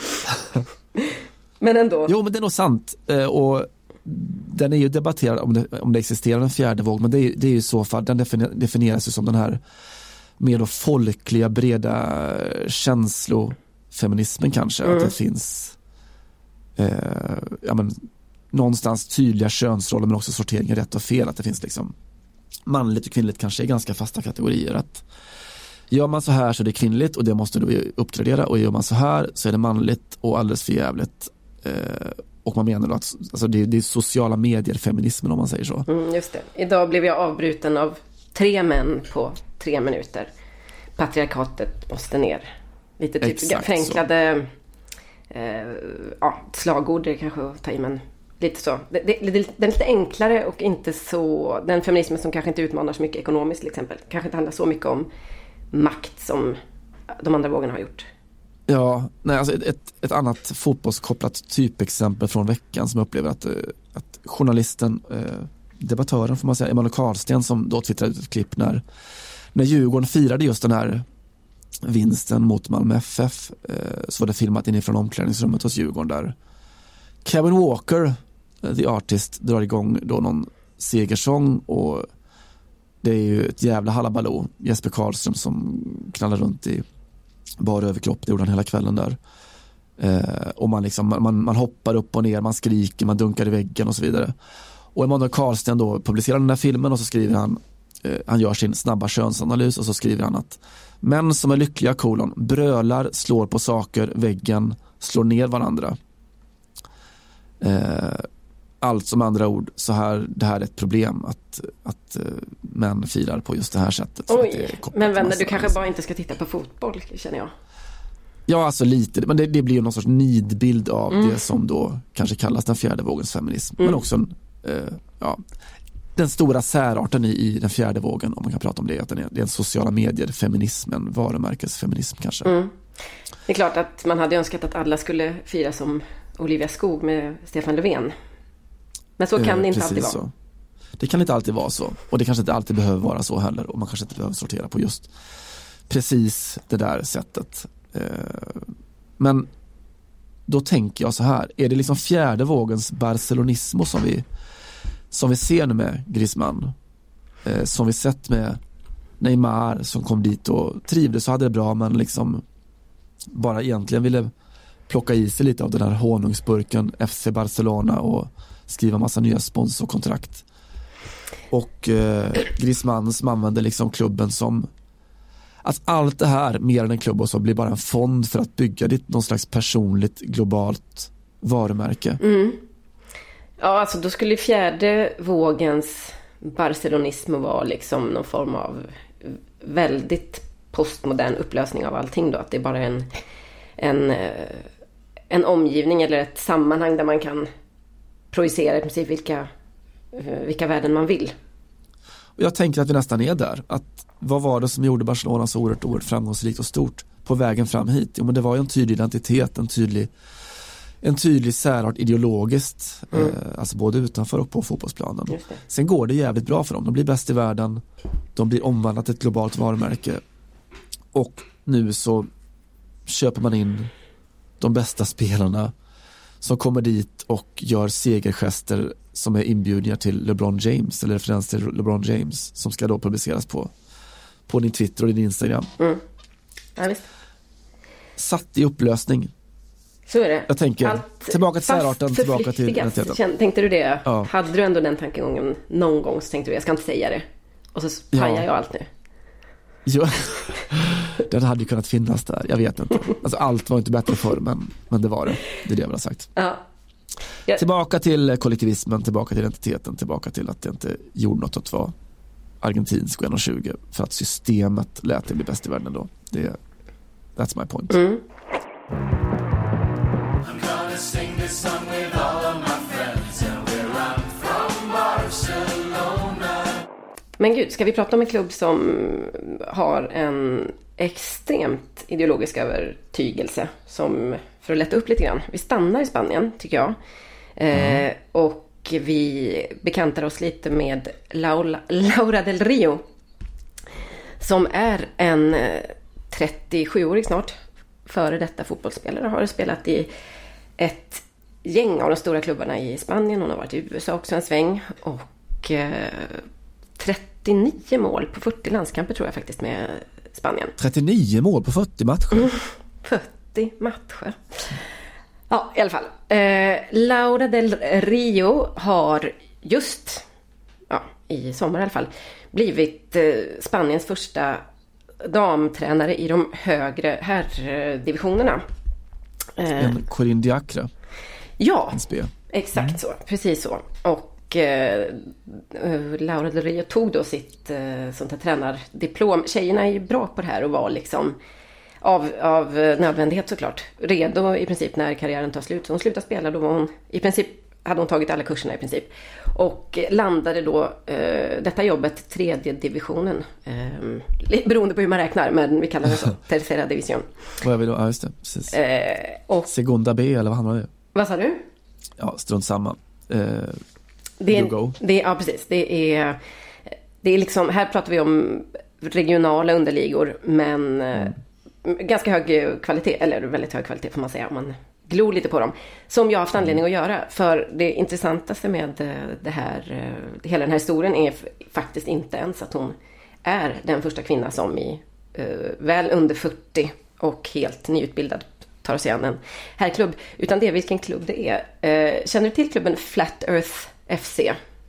Men ändå. Jo, men det är nog sant. Eh, och den är ju debatterad om det, om det existerar en fjärde våg, men det är, det är ju så fall, den definieras ju som den här mer då folkliga, breda känslofeminismen kanske, mm. att det finns eh, ja, men, någonstans tydliga könsroller men också sorteringen rätt och fel, att det finns liksom manligt och kvinnligt kanske är ganska fasta kategorier, att gör man så här så är det kvinnligt och det måste du uppgradera, och gör man så här så är det manligt och alldeles för jävligt. Eh, och man menar då att alltså det, det är sociala medier feminismen, om man säger så. Mm, just det. Idag blev jag avbruten av tre män på tre minuter. Patriarkatet måste ner. Lite typ exakt förenklade eh, ja, slagord det kanske att ta i, men lite så. Det, det, det, den är lite enklare och inte så, den feminismen som kanske inte utmanar så mycket ekonomiskt till exempel. Kanske inte handlar så mycket om makt som de andra vågorna har gjort. Ja, nej, alltså ett, ett annat fotbollskopplat typexempel från veckan som jag upplever att, att journalisten, eh, debattören får man säga, Emanuel Karlsten, som då twittrade ut ett klipp när, när Djurgården firade just den här vinsten mot Malmö F F, eh, så var det filmat inifrån omklädningsrummet hos Djurgården där Kevin Walker, the artist, drar igång då någon segersång, och det är ju ett jävla halabaloo. Jesper Karlström som knallar runt i bara överkropp, det gjorde han hela kvällen där. Eh, och man, liksom, man, man hoppar upp och ner, man skriker, man dunkar i väggen och så vidare. Och Emanuel Karlsten då publicerar den här filmen, och så skriver han, eh, han gör sin snabba könsanalys, och så skriver han att män som är lyckliga, kolon, brölar, slår på saker, väggen, slår ner varandra. Eh, allt som andra ord, så här, det här är ett problem att, att uh, män firar på just det här sättet. Oj, men vänner, du kanske bara inte ska titta på fotboll, känner jag. Ja, alltså lite. Men det, det blir ju någon sorts nidbild av Mm. det som då kanske kallas den fjärde vågens feminism. Mm. Men också en, eh, ja, den stora särarten i, i den fjärde vågen, om man kan prata om det, att den är, det är en sociala medier feminism, en varumärkesfeminism kanske. Mm. Det är klart att man hade önskat att alla skulle fira som Olivia Skog med Stefan Löfven. Men så kan Eh, det inte precis alltid vara. så. Det kan inte alltid vara så. Och det kanske inte alltid behöver vara så heller. Och man kanske inte behöver sortera på just precis det där sättet. Eh, men då tänker jag så här. Är det liksom fjärde vågens barcelonismo som vi, som vi ser nu med Griezmann? Eh, som vi sett med Neymar som kom dit och trivdes och hade det bra, men liksom bara egentligen ville plocka i sig lite av den här honungsburken F C Barcelona och skriva massa nya sponsorkontrakt. Och eh, Griezmann som använder liksom klubben som att allt det här mer än en klubb och så blir bara en fond för att bygga ditt någon slags personligt globalt varumärke. Mm. Ja, alltså då skulle fjärde vågens barcelonism vara liksom någon form av väldigt postmodern upplösning av allting då. Att det är bara en, en, en omgivning eller ett sammanhang där man kan projicera i princip vilka, vilka värden man vill. Och jag tänker att vi nästan är där. Att vad var det som gjorde Barcelona så oerhört, oerhört framgångsrikt och stort på vägen fram hit? Jo, men det var ju en tydlig identitet, en tydlig, en tydlig särart ideologiskt. Mm. Eh, alltså både utanför och på fotbollsplanen. Sen går det jävligt bra för dem. De blir bäst i världen. De blir omvandlat till ett globalt varumärke. Och nu så köper man in de bästa spelarna som kommer dit och gör segergester som är inbjudningar till LeBron James eller referens till LeBron James som ska då publiceras på, på din Twitter och din Instagram. Mm. Ja, visst. Satt i upplösning. Så är det. Jag tänker, allt tillbaka till särarten, tillbaka till identiteten. Tänkte du det? Ja. Hade du ändå den tankegången någon gång så tänkte du, jag ska inte säga det. Och så pajar Ja. jag allt nu. Ja, den hade ju kunnat finnas där, jag vet inte. Alltså allt var inte bättre förr, men, men det var det. Det är det jag vill ha sagt. Ja. Jag... Tillbaka till kollektivismen, tillbaka till identiteten, tillbaka till att det inte gjorde något att vara argentinsk och en tjugo för att systemet lät det bli bäst i världen då. Det, that's my point. Mm. Men gud, ska vi prata om en klubb som har en extremt ideologisk övertygelse som, för att lätta upp lite grann. Vi stannar i Spanien, tycker jag. Mm. Eh, och vi bekantar oss lite med Laura, Laura del Rio. Som är en trettiosjuårig snart före detta fotbollsspelare. Har spelat i ett gäng av de stora klubbarna i Spanien. Hon har varit i U S A också en sväng. Och eh, trettionio mål på fyrtio landskamper tror jag faktiskt med Spanien. trettionio mål på fyrtio matcher? Mm, fyrtio matcher. Ja, i alla fall. Eh, Laura del Rio har just, ja, i sommar i alla fall, blivit eh, Spaniens första damtränare i de högre herrdivisionerna. Eh, en Corinne Diacre. Ja, N S B. Exakt mm. så. Precis så. Och eh, Laura del Rio tog då sitt eh, sånt här tränardiplom. Tjejerna är ju bra på det här och var liksom av, av nödvändighet såklart redo i princip när karriären tar slut. Så hon slutade spela, då var hon i princip, hade hon tagit alla kurserna i princip. Och landade då eh, detta jobbet tredje divisionen. Eh, beroende på hur man räknar, men vi kallar det så. Tercera division. Vad vill du? Ja, just det. Precis. Eh, och, Segunda B eller vad handlar det? Vad sa du? Ja, strunt samma. Eh, det är, go. Det, ja, precis. Det är, det är liksom, här pratar vi om regionala underligor, men mm. ganska hög kvalitet, eller väldigt hög kvalitet får man säga om man glor lite på dem. Som jag har haft anledning att göra. För det intressantaste med det här, hela den här historien är faktiskt inte ens att hon är den första kvinna som i uh, väl under fyrtio och helt nyutbildad tar sig an en herrklubb, utan det är vilken klubb det är. Uh, känner du till klubben Flat Earth F C?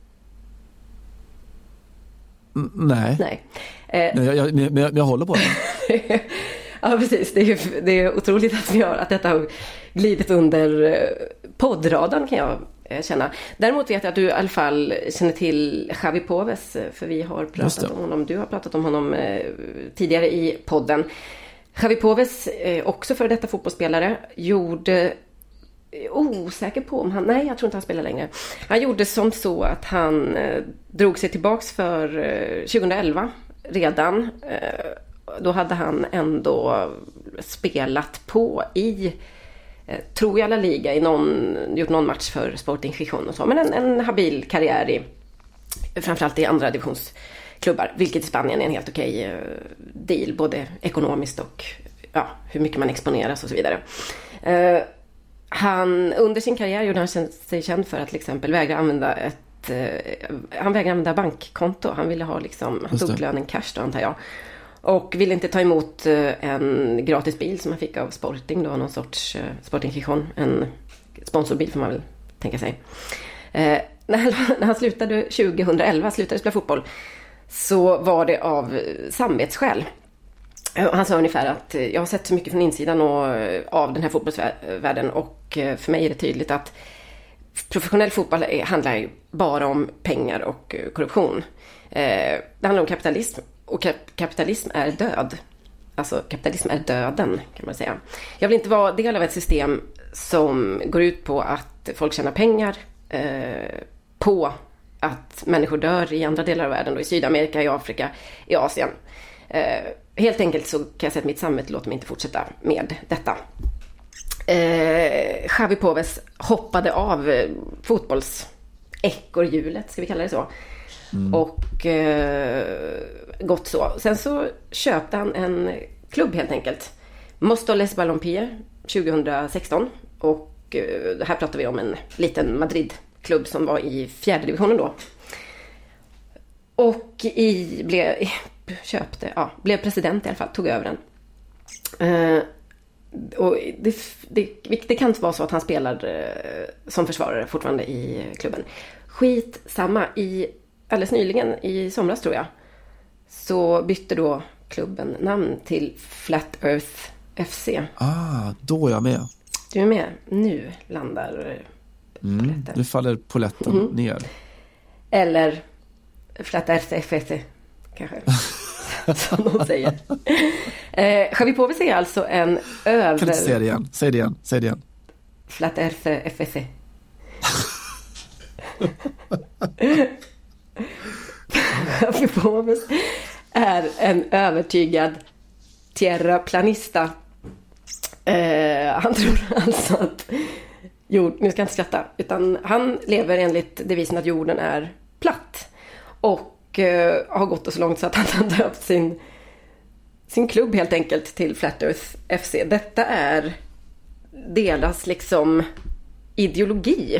Mm, nej. Nej. Uh, jag, jag, men jag, jag håller på det. Ja, precis. Det är, det är otroligt att, vi har, att detta har glidit under poddradan, kan jag känna. Däremot vet jag att du i alla fall känner till Xavi Poves, för vi har pratat om honom. Du har pratat om honom tidigare i podden. Javi Poves, eh, också för detta fotbollsspelare, gjorde, osäker på om han, nej jag tror inte han spelar längre. Han gjorde som så att han eh, drog sig tillbaks för eh, tjugoelva redan. Eh, då hade han ändå spelat på i, eh, tror jag, La Liga, i någon, gjort någon match för Sporting Gijón och så. Men en, en habil karriär i, framförallt i andra divisionsklubbar, vilket i Spanien är en helt okej eh, deal, både ekonomiskt och ja, hur mycket man exponeras och så vidare. Eh, Han, under sin karriär gjorde han sig känd för att till exempel vägra använda ett, eh, han vägrade använda bankkonto. Han ville ha liksom, han tog lönen cash då, antar jag. Och ville inte ta emot eh, en gratis bil som han fick av Sporting då, någon sorts eh, Sporting Gijón, en sponsorbil får man väl tänka sig. Eh, när, han, när han slutade tjugoelva, slutade spela fotboll, så var det av samvetsskäl. Han sa ungefär att jag har sett så mycket från insidan och, av den här fotbollsvärlden, och för mig är det tydligt att professionell fotboll är, handlar ju bara om pengar och korruption. Eh, det handlar om kapitalism, och kap- kapitalism är död. Alltså kapitalism är döden, kan man säga. Jag vill inte vara del av ett system som går ut på att folk tjänar pengar eh, på att människor dör i andra delar av världen, då, i Sydamerika, i Afrika, i Asien. Eh, helt enkelt så kan jag säga att mitt samvete låter mig inte fortsätta med detta. Eh, Javi Poves hoppade av eh, fotbollsekorrhjulet, ska vi kalla det så. Mm. Och eh, gott så. Sen så köpte han en klubb helt enkelt. Móstoles Balompié tjugohundrasexton. Och eh, här pratar vi om en liten Madrid-klubb som var i fjärde divisionen då. Och i blev... köpte, ja, blev president i alla fall, tog över den. Eh, och det, det, det kan inte vara så att han spelar eh, som försvarare fortfarande i klubben. Skit samma, i alldeles nyligen, i somras tror jag, så bytte då klubben namn till Flat Earth F C. Ah, då är jag med. Du är med. Nu landar mm, nu faller poletten mm. ner. Eller Flat Earth F C kanske. Som de säger. Eh, Javi Poves är alltså en över... Kan du säga det igen? Säg det igen. Säg det igen. Flat Earth F C. Javi Poves är en övertygad tierraplanista. Eh, han tror alltså att jord, nu ska jag inte skratta, utan han lever enligt devisen att jorden är platt. Och har gått så långt så att han har döpt sin, sin klubb helt enkelt till Flat Earth F C. Detta är deras liksom ideologi.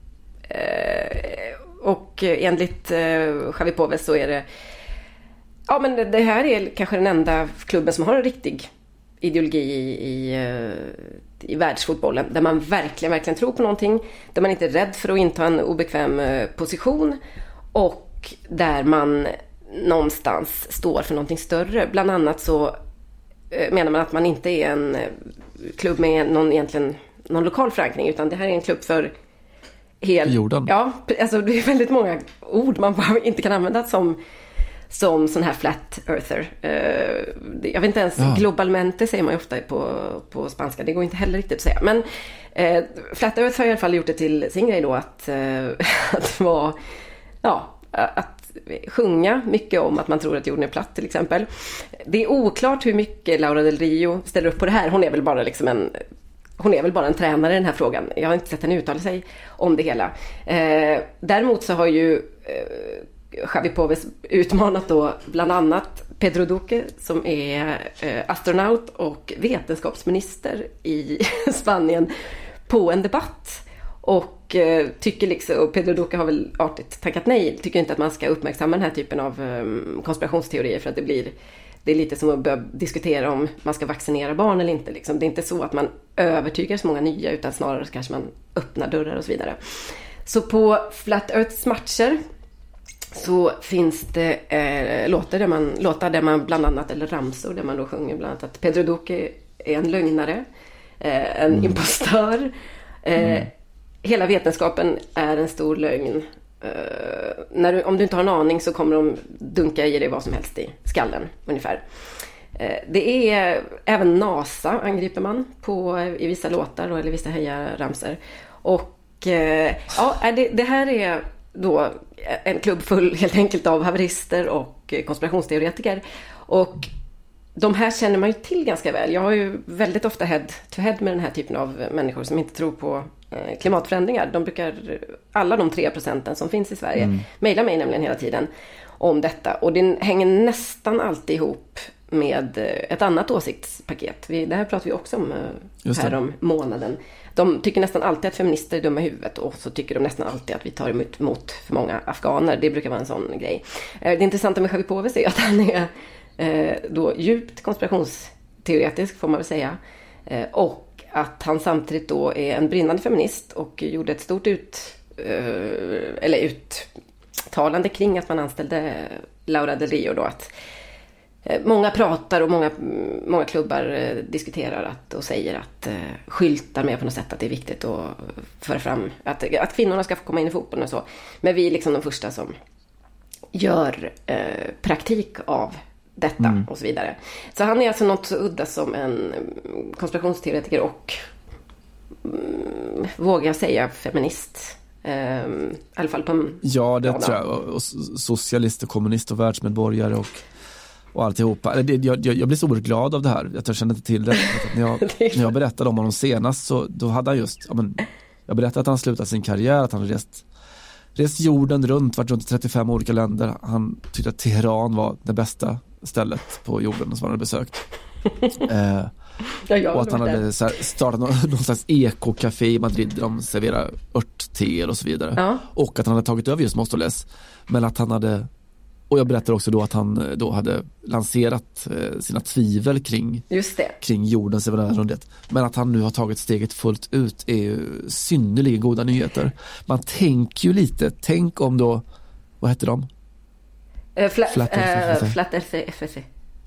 Eh, och enligt eh, Javi Poves så är det, ja men det här är kanske den enda klubben som har en riktig ideologi i, i, i världsfotbollen, där man verkligen, verkligen tror på någonting, där man inte är rädd för att inta en obekväm position, och där man någonstans står för någonting större. Bland annat så menar man att man inte är en klubb med någon, egentligen, någon lokal förankring, utan det här är en klubb för hel... jorden. Ja, alltså det är väldigt många ord man bara inte kan använda som, som sån här flat earther. Jag vet inte ens, ja. Globalmente säger man ju ofta på, på spanska. Det går inte heller riktigt att säga. Men eh, Flat Earth har i alla fall gjort det till sin grej då att, eh, att vara... Ja, att sjunga mycket om att man tror att jorden är platt till exempel. Det är oklart hur mycket Laura del Rio ställer upp på det här. Hon är väl bara liksom en hon är väl bara en tränare i den här frågan. Jag har inte sett henne uttala sig om det hela. Eh, däremot så har ju eh, Javi Poves utmanat då bland annat Pedro Duque, som är eh, astronaut och vetenskapsminister i Spanien, på en debatt. Och eh, tycker liksom, och Pedro Duque har väl artigt tackat nej, tycker inte att man ska uppmärksamma den här typen av eh, konspirationsteorier, för att det blir, det är lite som att börja diskutera om man ska vaccinera barn eller inte. Liksom. Det är inte så att man övertygar så många nya, utan snarare kanske man öppnar dörrar och så vidare. Så på Flat Earths matcher så finns det eh, låtar, där man, låtar där man bland annat, eller ramsor där man då sjunger bland annat att Pedro Duque är en lögnare, eh, en mm. impostör. Eh, mm. Hela vetenskapen är en stor lögn. Uh, när du, om du inte har en aning så kommer de dunka i dig vad som helst i skallen ungefär. Det är även NASA angriper man på i vissa låtar då, eller vissa hejaramsor. Och ja, det, det här är då en klubb full helt enkelt av haverister och konspirationsteoretiker. Och de här känner man ju till ganska väl. Jag har ju väldigt ofta head to head med den här typen av människor som inte tror på klimatförändringar. De brukar, alla de tre procenten som finns i Sverige, mm. mejlar mig nämligen hela tiden om detta. Och det hänger nästan alltid ihop med ett annat åsiktspaket. Vi, det här pratar vi också om här om månaden. De tycker nästan alltid att feminister är dumma i huvudet, och så tycker de nästan alltid att vi tar emot, emot för många afghaner. Det brukar vara en sån grej. Det intressanta med Xavi Poves är att han är eh, då djupt konspirationsteoretisk, får man väl säga. Eh, och att han samtidigt då är en brinnande feminist och gjorde ett stort ut, eh, eller uttalande kring att man anställde Laura Del Rio då, att många pratar och många, många klubbar eh, diskuterar att, och säger att eh, skyltar med på något sätt att det är viktigt att föra fram att, att kvinnorna ska få komma in i fotbollen och så. Men vi är liksom de första som gör eh, praktik av detta mm. och så vidare. Så han är alltså något så udda som en konspirationsteoretiker och mm, vågar jag säga feminist. Eh, I alla fall på en Ja, det tror jag. Och socialist och kommunist och världsmedborgare och och alltihopa. Jag, jag, jag blir så oerhört glad av det här. Jag kände inte till det. När jag, när jag berättade om honom senast, så då hade han just, ja, men, jag berättade att han slutat sin karriär, att han hade rest, rest jorden runt, varit runt i trettiofem olika länder. Han tyckte att Teheran var det bästa stället på jorden som han hade besökt. eh, ja, och att han hade så här, startat någon, någon slags ekocafé i Madrid där de serverar örtte och så vidare. Ja. Och att han hade tagit över just Móstoles, men att han hade. Och jag berättar också då att han då hade lanserat eh, sina tvivel kring, Just det. kring jordens eventuella rundhet. Men att han nu har tagit steget fullt ut är ju synnerligen goda nyheter. Man tänker ju lite, tänk om då, vad heter de? Uh, fla, Flat Earth F S C.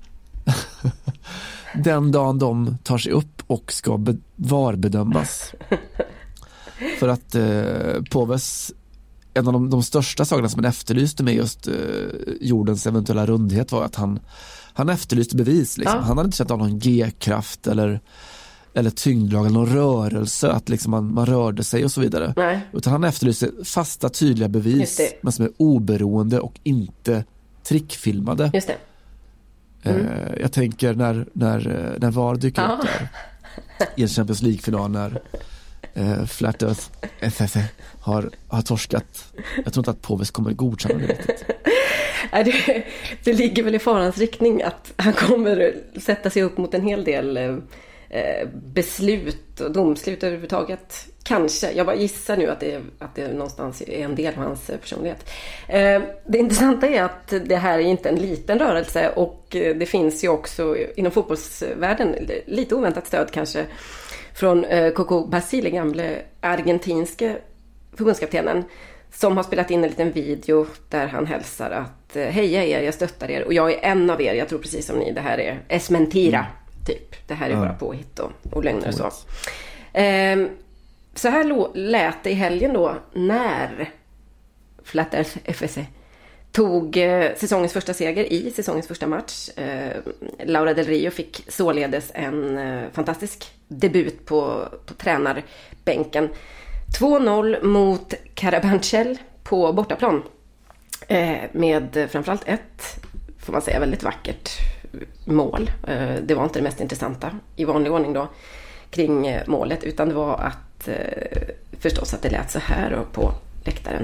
Den dagen de tar sig upp och ska be- varbedömas. För att eh, Poves, en av de, de största sakerna som han efterlyste med just eh, jordens eventuella rundhet var att han, han efterlyste bevis. Liksom. Ja. Han hade inte känt av någon G-kraft eller, eller tyngdlag eller någon rörelse, att liksom man, man rörde sig och så vidare. Nej. Utan han efterlyste fasta, tydliga bevis, men som är oberoende och inte trickfilmade. Just det. Mm. Eh, jag tänker när, när, när V A R dyker ja. upp där i en Champions League-final, när Uh, Flat Earth F S C har, har torskat. Jag tror inte att Poves kommer godkänna det. det. Det ligger väl i farans riktning att han kommer sätta sig upp mot en hel del eh, beslut och domslut överhuvudtaget. Kanske, jag bara gissar nu att det, att det någonstans är en del av hans personlighet. Eh, det intressanta är att det här är inte en liten rörelse, och det finns ju också inom fotbollsvärlden lite oväntat stöd kanske från eh, Coco Basile, gamle argentinske förbundskaptenen, som har spelat in en liten video där han hälsar att eh, heja er, jag stöttar er och jag är en av er, jag tror precis som ni, det här är es mentira, mm. typ. Det här är mm. bara påhitt och, och lögner och så. Eh, så här lo- lät det i helgen då, när Flat Earth F S C tog eh, säsongens första seger i säsongens första match. Eh, Laura Del Rio fick således en eh, fantastisk debut på, på tränarbänken. två noll mot Carabanchel på bortaplan. Eh, med framförallt ett, får man säga, väldigt vackert mål. Eh, det var inte det mest intressanta i vanlig ordning då kring eh, målet, utan det var att eh, förstås att det lät så här då på läktaren.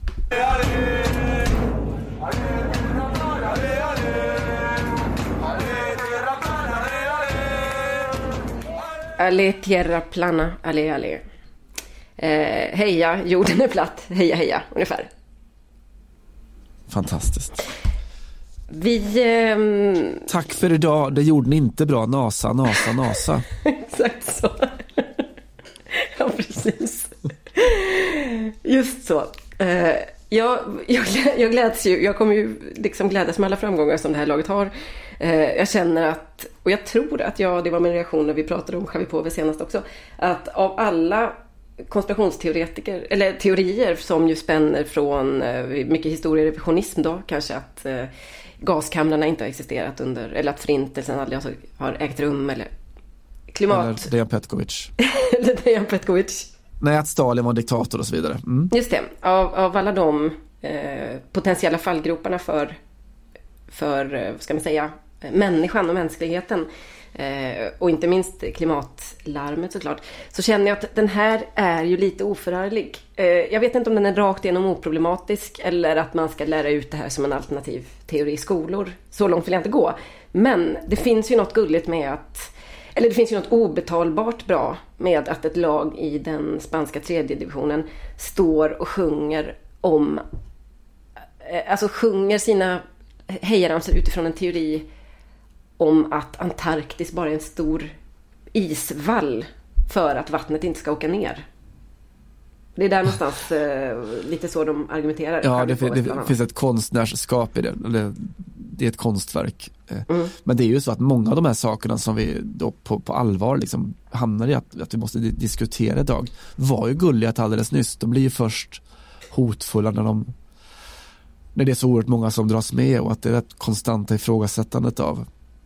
Ale tierra plana, ale ale. Eh, heja, jorden är platt, heja heja, ungefär. Fantastiskt. Vi... Ehm... Tack för idag, det gjorde ni inte bra, NASA, NASA, NASA. Exakt så. Ja, precis. Just så. Eh, jag, jag, jag gläds ju, jag kommer ju liksom glädjas med alla framgångar som det här laget har. Eh, jag känner att, och jag tror att jag, det var min reaktion när vi pratade om Xavi Poves senast också, att av alla konspirationsteoretiker eller teorier som ju spänner från mycket historierevisionism då, kanske att eh, gaskamrarna inte har existerat under, eller att förintelsen aldrig har ägt rum, eller klimat... Eller Dejan Petkovic. eller Dejan Petkovic. Nej, att Stalin var en diktator och så vidare. Mm. Just det. Av, av alla de eh, potentiella fallgroparna för, för eh, vad ska man säga, människan och mänskligheten, eh, och inte minst klimatlarmet såklart, så känner jag att den här är ju lite oförarglig. Eh, jag vet inte om den är rakt igenom oproblematisk eller att man ska lära ut det här som en alternativ teori i skolor. Så långt vill jag inte gå. Men det finns ju något gulligt med att, eller det finns ju något obetalbart bra med att ett lag i den spanska tredje divisionen står och sjunger om, alltså sjunger sina hejaramsor utifrån en teori om att Antarktis bara är en stor isvall för att vattnet inte ska åka ner. Det är där någonstans eh, lite så de argumenterar. Ja, det, det, det finns ett konstnärskap i det. Eller, det är ett konstverk. Mm. Men det är ju så att många av de här sakerna som vi då på, på allvar liksom hamnar i att, att vi måste diskutera idag var ju gulliga alldeles nyss. De blir ju först hotfulla när de när det är så oerhört många som dras med, och att det är ett konstanta ifrågasättandet av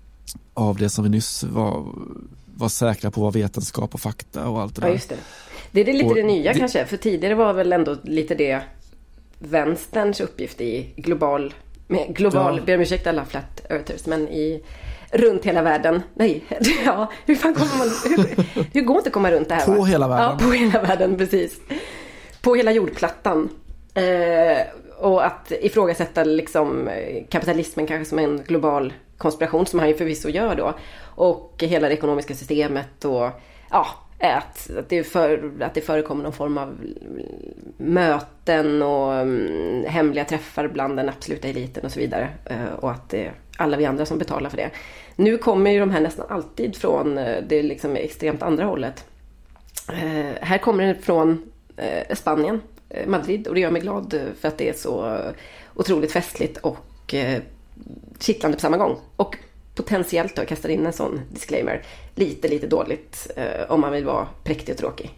av det som vi nyss var, var säkra på, var vetenskap och fakta och allt det där. Ja, just det. Det är det lite och det nya det, kanske, för tidigare var väl ändå lite det vänsterns uppgift i global, med global, ja. ber om ursäkt alla flat earthers, men i runt hela världen. Nej, ja, hur fan kommer man, hur, hur går inte att komma runt det här? På va? hela världen. Ja, på hela världen, precis. På hela jordplattan. Eh, och att ifrågasätta liksom kapitalismen kanske som en global konspiration, som han ju förvisso gör då, och hela det ekonomiska systemet, och ja, att, att, det, för, att det förekommer någon form av möten och um, hemliga träffar bland den absoluta eliten och så vidare, uh, och att det är alla vi andra som betalar för det. Nu kommer ju de här nästan alltid från uh, det liksom extremt andra hållet. Uh, här kommer det från uh, Spanien, uh, Madrid, och det gör mig glad uh, för att det är så uh, otroligt festligt och uh, kittlande på samma gång. Och potentiellt då, jag kastar in en sån disclaimer, lite, lite dåligt eh, om man vill vara präktig och tråkig.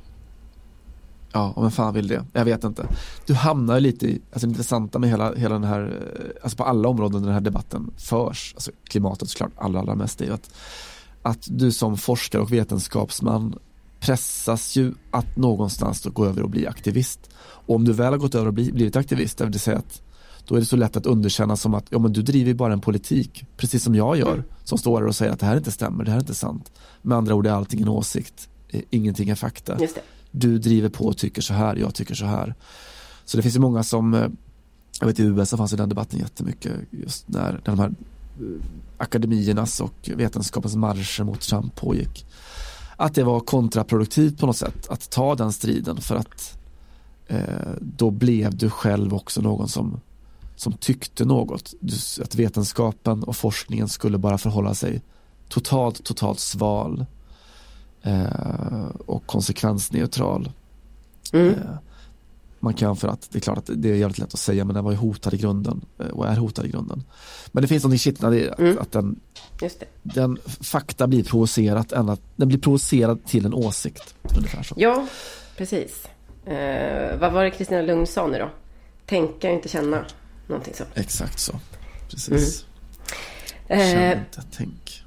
Ja, om en fan vill det. Jag vet inte. Du hamnar lite i, alltså det intressanta med hela, hela den här, alltså på alla områden den här debatten förs, alltså klimatet såklart allra, allra mest, är ju att, att du som forskare och vetenskapsman pressas ju att någonstans då gå över och bli aktivist. Och om du väl har gått över och blivit aktivist, det vill säga att då är det så lätt att underkänna som att ja, men du driver bara en politik, precis som jag gör, som står där och säger att det här inte stämmer, det här är inte sant. Med andra ord är allting en åsikt, ingenting är fakta. Just det. Du driver på och tycker så här, jag tycker så här. Så det finns ju många som, jag vet i U S A fanns i den debatten jättemycket, just när, när de här akademiernas och vetenskapens marscher mot Trump pågick. Att det var kontraproduktivt på något sätt att ta den striden, för att eh, då blev du själv också någon som som tyckte något, att vetenskapen och forskningen skulle bara förhålla sig totalt, totalt sval eh, och konsekvensneutral. Mm. Eh, man kan, för att det är klart att det är jävligt lätt att säga, men den var ju hotad i grunden eh, och är hotad i grunden. Men det finns något kittlande i att, mm. att den, Just det. den fakta blir provocerat, än att den blir provocerad till en åsikt. Ungefär så. Ja, precis. Eh, vad var det Kristina Lugn sa nu då? Tänka, inte känna. Någonting så. Exakt så. Precis. Mm. Känn Eh, inte, tänk.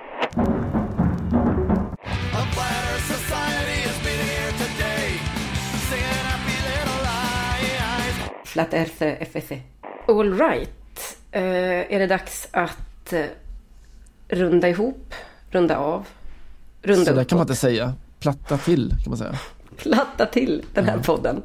Flat Earth F S C. All right. Eh, är det dags att eh, runda ihop, runda av, runda så där uppåt. kan man inte säga. Platta till, kan man säga. Platta till den här mm. podden.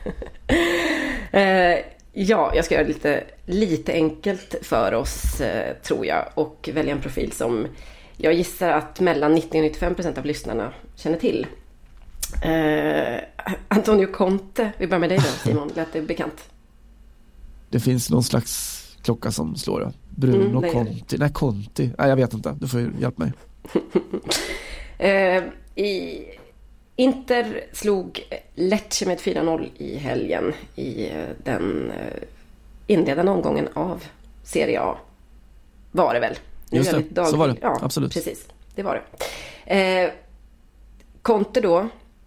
eh, Ja, jag ska göra det lite, lite enkelt för oss, eh, tror jag, och välja en profil som jag gissar att mellan nittio och nittiofem procent av lyssnarna känner till. Eh, Antonio Conte, vi börjar med dig då, Simon, lät det bekant? Det finns någon slags klocka som slår det. Bruno mm, Conti, nej Conti, nej jag vet inte, du får hjälpa mig. eh, I... Inter slog Lecce med fyra noll i helgen i den inledande omgången av Serie A. Var det väl? Just det, dag... så var det. Ja, absolut. Precis, det var det. Eh, Conte då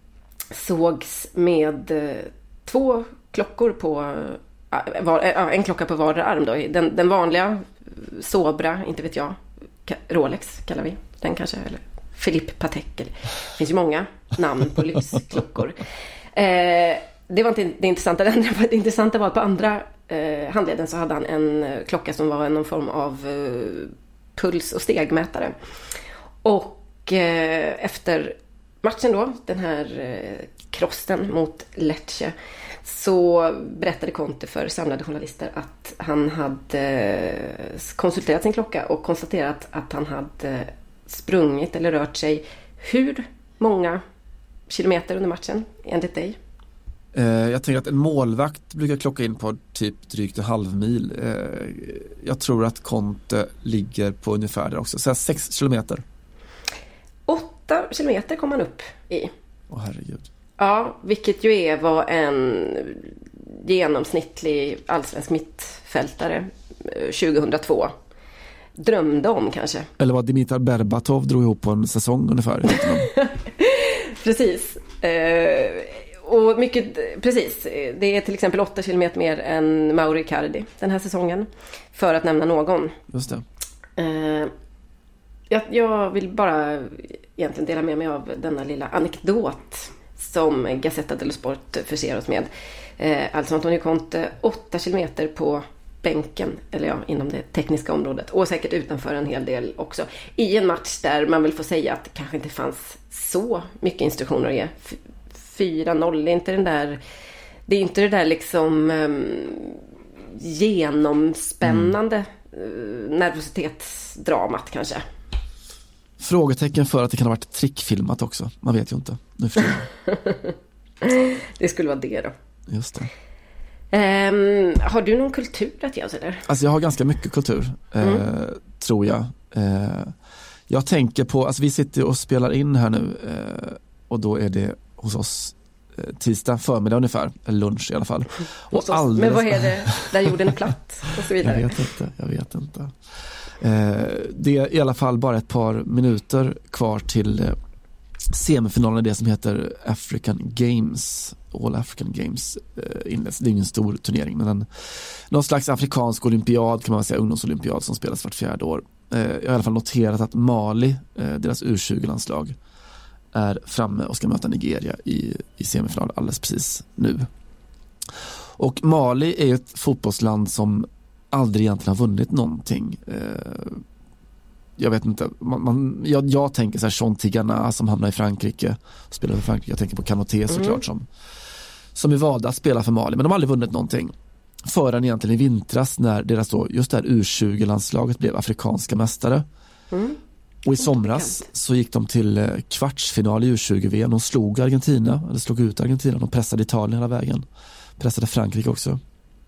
sågs med eh, två klockor på äh, var, äh, en klocka på vardera arm då. Den, den vanliga Sobra, inte vet jag, Rolex kallar vi den kanske, eller Philippe Patek. Det finns ju många namn på lyxklockor. Eh, det var inte det intressanta. Det intressanta var att på andra eh, handleden så hade han en klocka som var någon form av eh, puls- och stegmätare. Och eh, efter matchen då, den här eh, krossen mot Lecce, så berättade Conte för samlade journalister att han hade konsulterat sin klocka och konstaterat att han hade sprungit eller rört sig hur många kilometer under matchen enligt dig? Jag tänker att en målvakt brukar klocka in på typ drygt en halv mil. Jag tror att Conte ligger på ungefär där också. Så sex kilometer. Åtta kilometer kom han upp i. Åh herregud. Ja, vilket ju är vad en genomsnittlig allsvensk mittfältare tjugohundratvå drömde om kanske. Eller vad Dimitar Berbatov drog ihop på en säsong ungefär. Precis. Eh, och mycket, precis. Det är till exempel åtta kilometer mer än Mauro Icardi den här säsongen. För att nämna någon. Just det. Eh, jag, jag vill bara egentligen dela med mig av denna lilla anekdot som Gazzetta dello Sport förser oss med. Eh, alltså Antonio Conte, åtta kilometer på bänken, eller ja, inom det tekniska området. Och säkert utanför en hel del också. I en match där man vill få säga att det kanske inte fanns så mycket instruktioner att ge. fyra noll, det är inte den där, det är inte det där liksom um, genomspännande mm. nervositetsdramat kanske. Frågetecken för att det kan ha varit trickfilmat också. Man vet ju inte. Nu det skulle vara det då. Just det. Um, har du någon kultur att ge oss eller? Alltså jag har ganska mycket kultur, mm. eh, tror jag. Eh, jag tänker på, alltså vi sitter och spelar in här nu eh, och då är det hos oss eh, tisdag förmiddag ungefär, eller lunch i alla fall. Och alldeles... Men vad är det där jorden är platt och så vidare? Jag vet inte, jag vet inte. Eh, det är i alla fall bara ett par minuter kvar till eh, semifinalen, det som heter African Games. All African Games eh, inleds. Det är ingen stor turnering, men en, någon slags afrikansk olympiad kan man säga, ungdomsolympiad som spelas vart fjärde år. Eh, jag har i alla fall noterat att Mali, eh, deras U tjugo-landslag, är framme och ska möta Nigeria i, i semifinal alldeles precis nu. Och Mali är ett fotbollsland som aldrig egentligen har vunnit någonting. Eh, jag vet inte, man, man, jag, jag tänker så här, Jean Tigana som hamnar i Frankrike, spelar för Frankrike. Jag tänker på Kanoté såklart mm. som, som är valda att spela för Mali, men de har aldrig vunnit någonting förrän egentligen i vintras när deras då, just det här U tjugo-landslaget blev afrikanska mästare. Mm. Och i somras så gick de till kvartsfinal i U tjugo-V M. De slog Argentina, eller slog ut Argentina. De pressade Italien hela vägen. Pressade Frankrike också.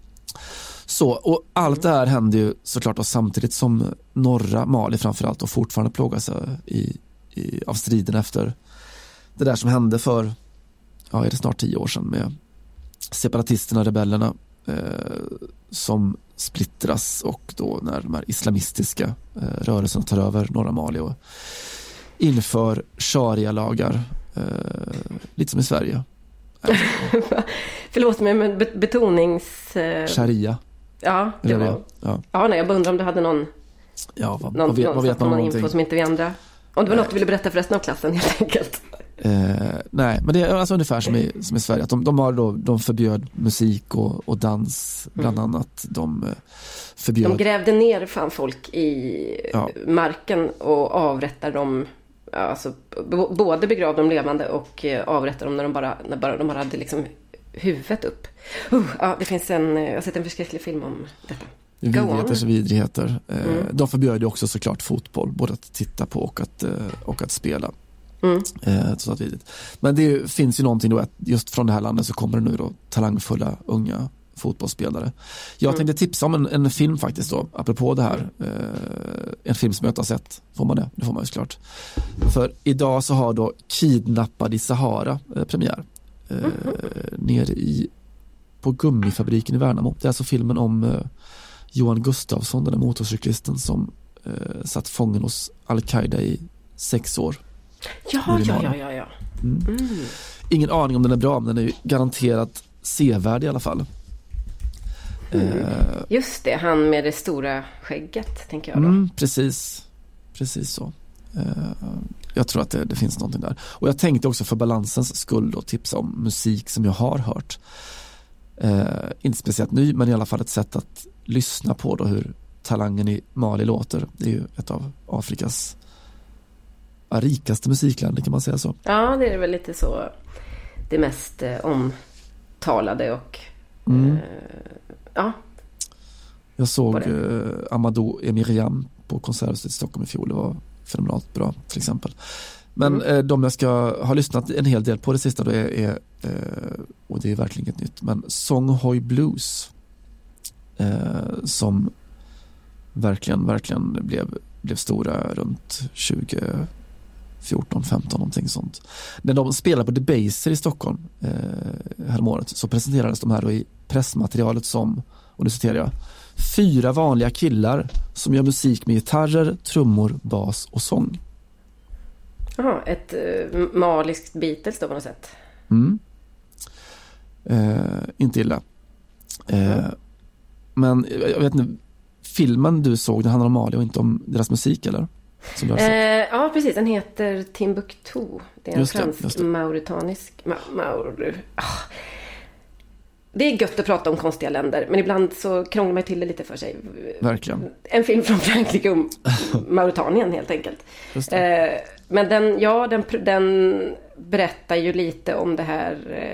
Så, och allt det här hände ju såklart och samtidigt som norra Mali framförallt och fortfarande plågas i, i, av striden efter det där som hände för, ja, är det snart tio år sedan med separatisterna, rebellerna eh, som splittras och då när de här islamistiska eh, rörelserna tar över norra Mali och inför sharia-lagar eh, lite som i Sverige. Förlåt mig, men betonings... Eh... Sharia. Ja, det var... det? Ja, ja nej, jag bara undrar om du hade någon, ja, vad, någon, vad vet, vad vet man någon info som inte vi andra... Om det var nej. något du ville berätta för resten av klassen helt enkelt. Eh, nej, men det är alltså ungefär som i, som i Sverige. Att de, de, har då, de förbjöd musik och, och dans bland mm. annat. De förbjöd... De grävde ner fan folk i ja. marken och avrättade dem. Alltså, b- både begravde de levande och avrättade dem när de bara, när bara, de bara hade liksom huvudet upp. Uh, ja, det finns en, jag har sett en förskräcklig film om detta. Vidrigheters vidrigheter. Mm. De förbjöd ju också såklart fotboll, både att titta på och att, och att spela. Mm. Så att vidrigt. Men det finns ju någonting då att just från det här landet så kommer det nu då talangfulla unga fotbollsspelare. Jag mm. tänkte tipsa om en, en film faktiskt då, apropå det här. Mm. En film som jag inte har sett. Får man det? Det får man ju såklart. För idag så har då Kidnappad i Sahara eh, premiär. Eh, mm. Nere i på gummifabriken i Värnamo. Det är alltså filmen om eh, Johan Gustafsson, den där motorcyklisten som eh, satt fången hos Al-Qaida i sex år. Ja, ja, ja, ja, ja. Mm. Mm. Ingen aning om den är bra, men den är ju garanterat sevärd i alla fall. Mm. Uh, Just det, han med det stora skägget, tänker jag då. Mm, precis, precis så. Uh, jag tror att det, det finns någonting där. Och jag tänkte också för balansens skull då tipsa om musik som jag har hört. Uh, inte speciellt ny, men i alla fall ett sätt att lyssna på då hur talangen i Mali låter. Det är ju ett av Afrikas rikaste musikländer, kan man säga så. Ja, det är väl lite så det mest eh, omtalade och mm. eh, ja. Jag såg eh, Amadou Emiriam på Konserthuset i Stockholm i fjol. Det var fenomenalt bra till exempel. Men mm. eh, de jag ska ha lyssnat en hel del på det sista då är, är eh, och det är verkligen inget nytt, men Song Hoi Blues eh, som verkligen, verkligen blev, blev stora runt tjugo fjorton femton någonting sånt. När de spelade på Debaser i Stockholm eh, häromåret så presenterades de här då i pressmaterialet som, och nu citerar jag, fyra vanliga killar som gör musik med gitarrer, trummor, bas och sång. Jaha, ett uh, maliskt Beatles då på något sätt. Mm. Eh, inte illa. Eh, mm. Men jag vet inte, filmen du såg, det handlar om Mali och inte om deras musik, eller? Eh, ja, precis. Den heter Timbuktu. Det är en fransk-mauritanisk... Ma- Maur... Ah. Det är gött att prata om konstiga länder, men ibland så krånglar man till det lite för sig. Verkligen. En film från Frankrike och Mauritanien helt enkelt. Eh, men den, ja, den, den berättar ju lite om det här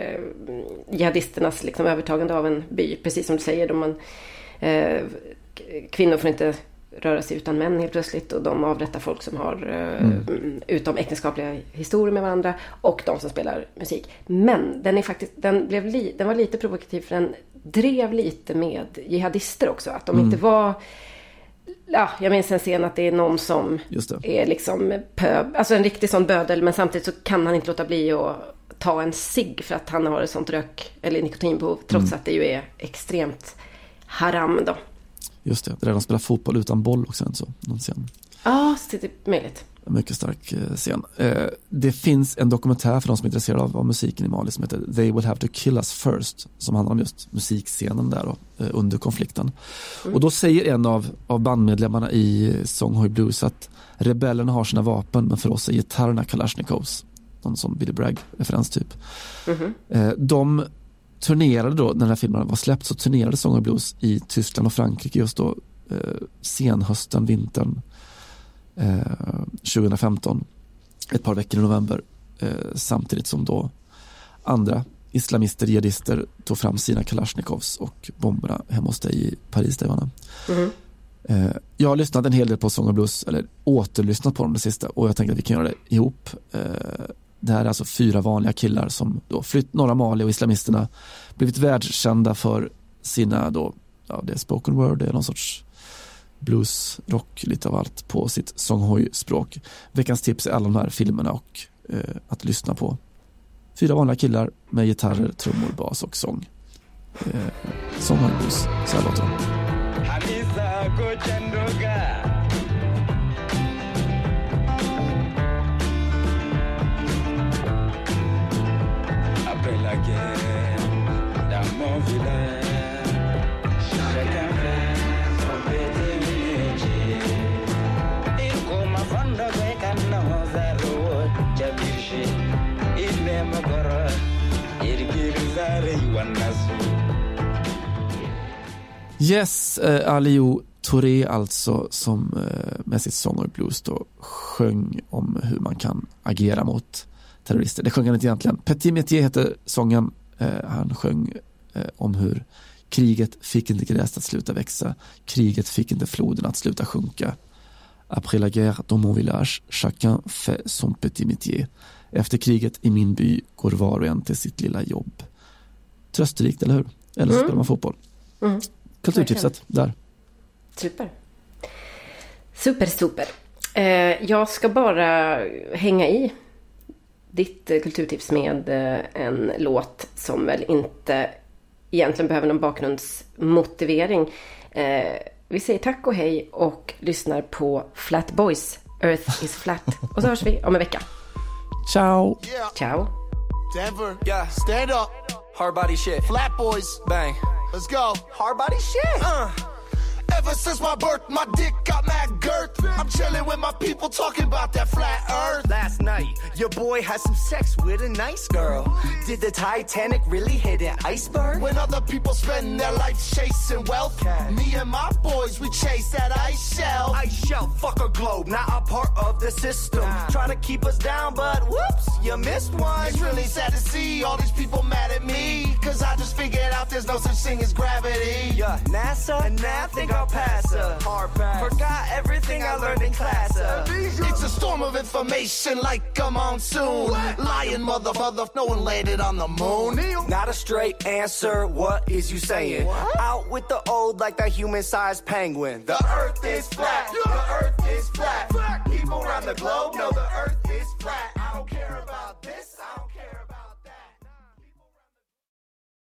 eh, jihadisternas liksom, övertagande av en by. Precis som du säger, då man, eh, kvinnor får inte röra sig utan män helt plötsligt, och de avrättar folk som har eh, mm. utom äktenskapliga historier med varandra, och de som spelar musik. Men den är faktiskt, den blev li, den var lite provokativ, för den drev lite med jihadister också, att de mm. inte var, ja, jag minns en scen att det är någon som är liksom pöb, alltså en riktig sån bödel, men samtidigt så kan han inte låta bli att ta en cigg för att han har ett sånt rök eller nikotinbehov, trots mm. att det ju är extremt haram då. Just det, det är de spelar fotboll utan boll också, så någon scen. Ja, det är möjligt. En mycket stark eh, scen. Eh, det finns en dokumentär för de som är intresserade av, av musiken i Mali som heter They Will Have to Kill Us First, som handlar om just musikscenen där då, eh, under konflikten. Mm. Och då säger en av, av bandmedlemmarna i Song Hoi Blues att rebellerna har sina vapen, men för oss är gitarrerna Kalashnikovs. Någon sån Billy Bragg-referens typ. Mm-hmm. Eh, de turnerade då, när den här filmen var släppt, så turnerade Song Hoi Blues i Tyskland och Frankrike just då eh, senhösten, vintern eh, tjugo femton, ett par veckor i november, eh, samtidigt som då andra islamister, jihadister tog fram sina Kalashnikovs och bomberna hemma hos dig i Paris där, Johanna. Mm. eh, jag har lyssnat en hel del på Song Hoi Blues, eller återlyssnat på dem det sista, och jag tänkte att vi kan göra det ihop. eh, Det här är alltså fyra vanliga killar som då flytt norra Mali, och islamisterna blivit världskända för sina då, ja, det är spoken word, det är någon sorts blues, rock, lite av allt på sitt Song Hoi-språk. Veckans tips är alla de här filmerna och eh, att lyssna på. Fyra vanliga killar med gitarrer, trummor, bas och sång. Eh, Song Hoi Blues, så här låter de. Yes, eh, Aliou Touré alltså, som eh, med sitt Song Hoi Blues då sjöng om hur man kan agera mot terrorister. Det sjöng han inte egentligen. Petit Métier heter sången. Eh, han sjöng eh, om hur kriget fick inte gräset att sluta växa. Kriget fick inte floden att sluta sjunka. Après la guerre dans mon village, chacun fait son petit métier. Efter kriget i min by går var och en till sitt lilla jobb. Trösterikt, eller hur? Eller så mm. spelar man fotboll. Mm. Kulturtipset, där. Super. Super, super. Eh, jag ska bara hänga i ditt eh, kulturtips med eh, en låt som väl inte egentligen behöver någon bakgrundsmotivering. Eh, vi säger tack och hej och lyssnar på Flat Boys, Earth is Flat. Och så hörs vi om en vecka. Ciao! Yeah. Ciao! Denver, yeah, stand up. Hard body shit. Flat boys, bang. Let's go. Hard body shit. Uh. Ever since my birth, my dick got mad girth. I'm chilling with my people talking about that flat earth. Last night, your boy had some sex with a nice girl. Did the Titanic really hit an iceberg? When other people spend their life chasing wealth, me and my boys, we chase that ice shell. Ice shell, fuck a globe, not a part of the system. Nah. Try to keep us down, but whoops, you missed one. It's really sad to see all these people mad at me, cause I just figured out there's no such thing as gravity. Yeah, NASA, and now I think I'll pass her. Hard pass. Forgot everything I learned in class. It's a storm of information like a monsoon. What? Lying mother, mother, no one landed on the moon. Not a straight answer, what is you saying? What? Out with the old like that human-sized penguin. The earth is flat, yeah. The earth is flat. Flat. People around the globe know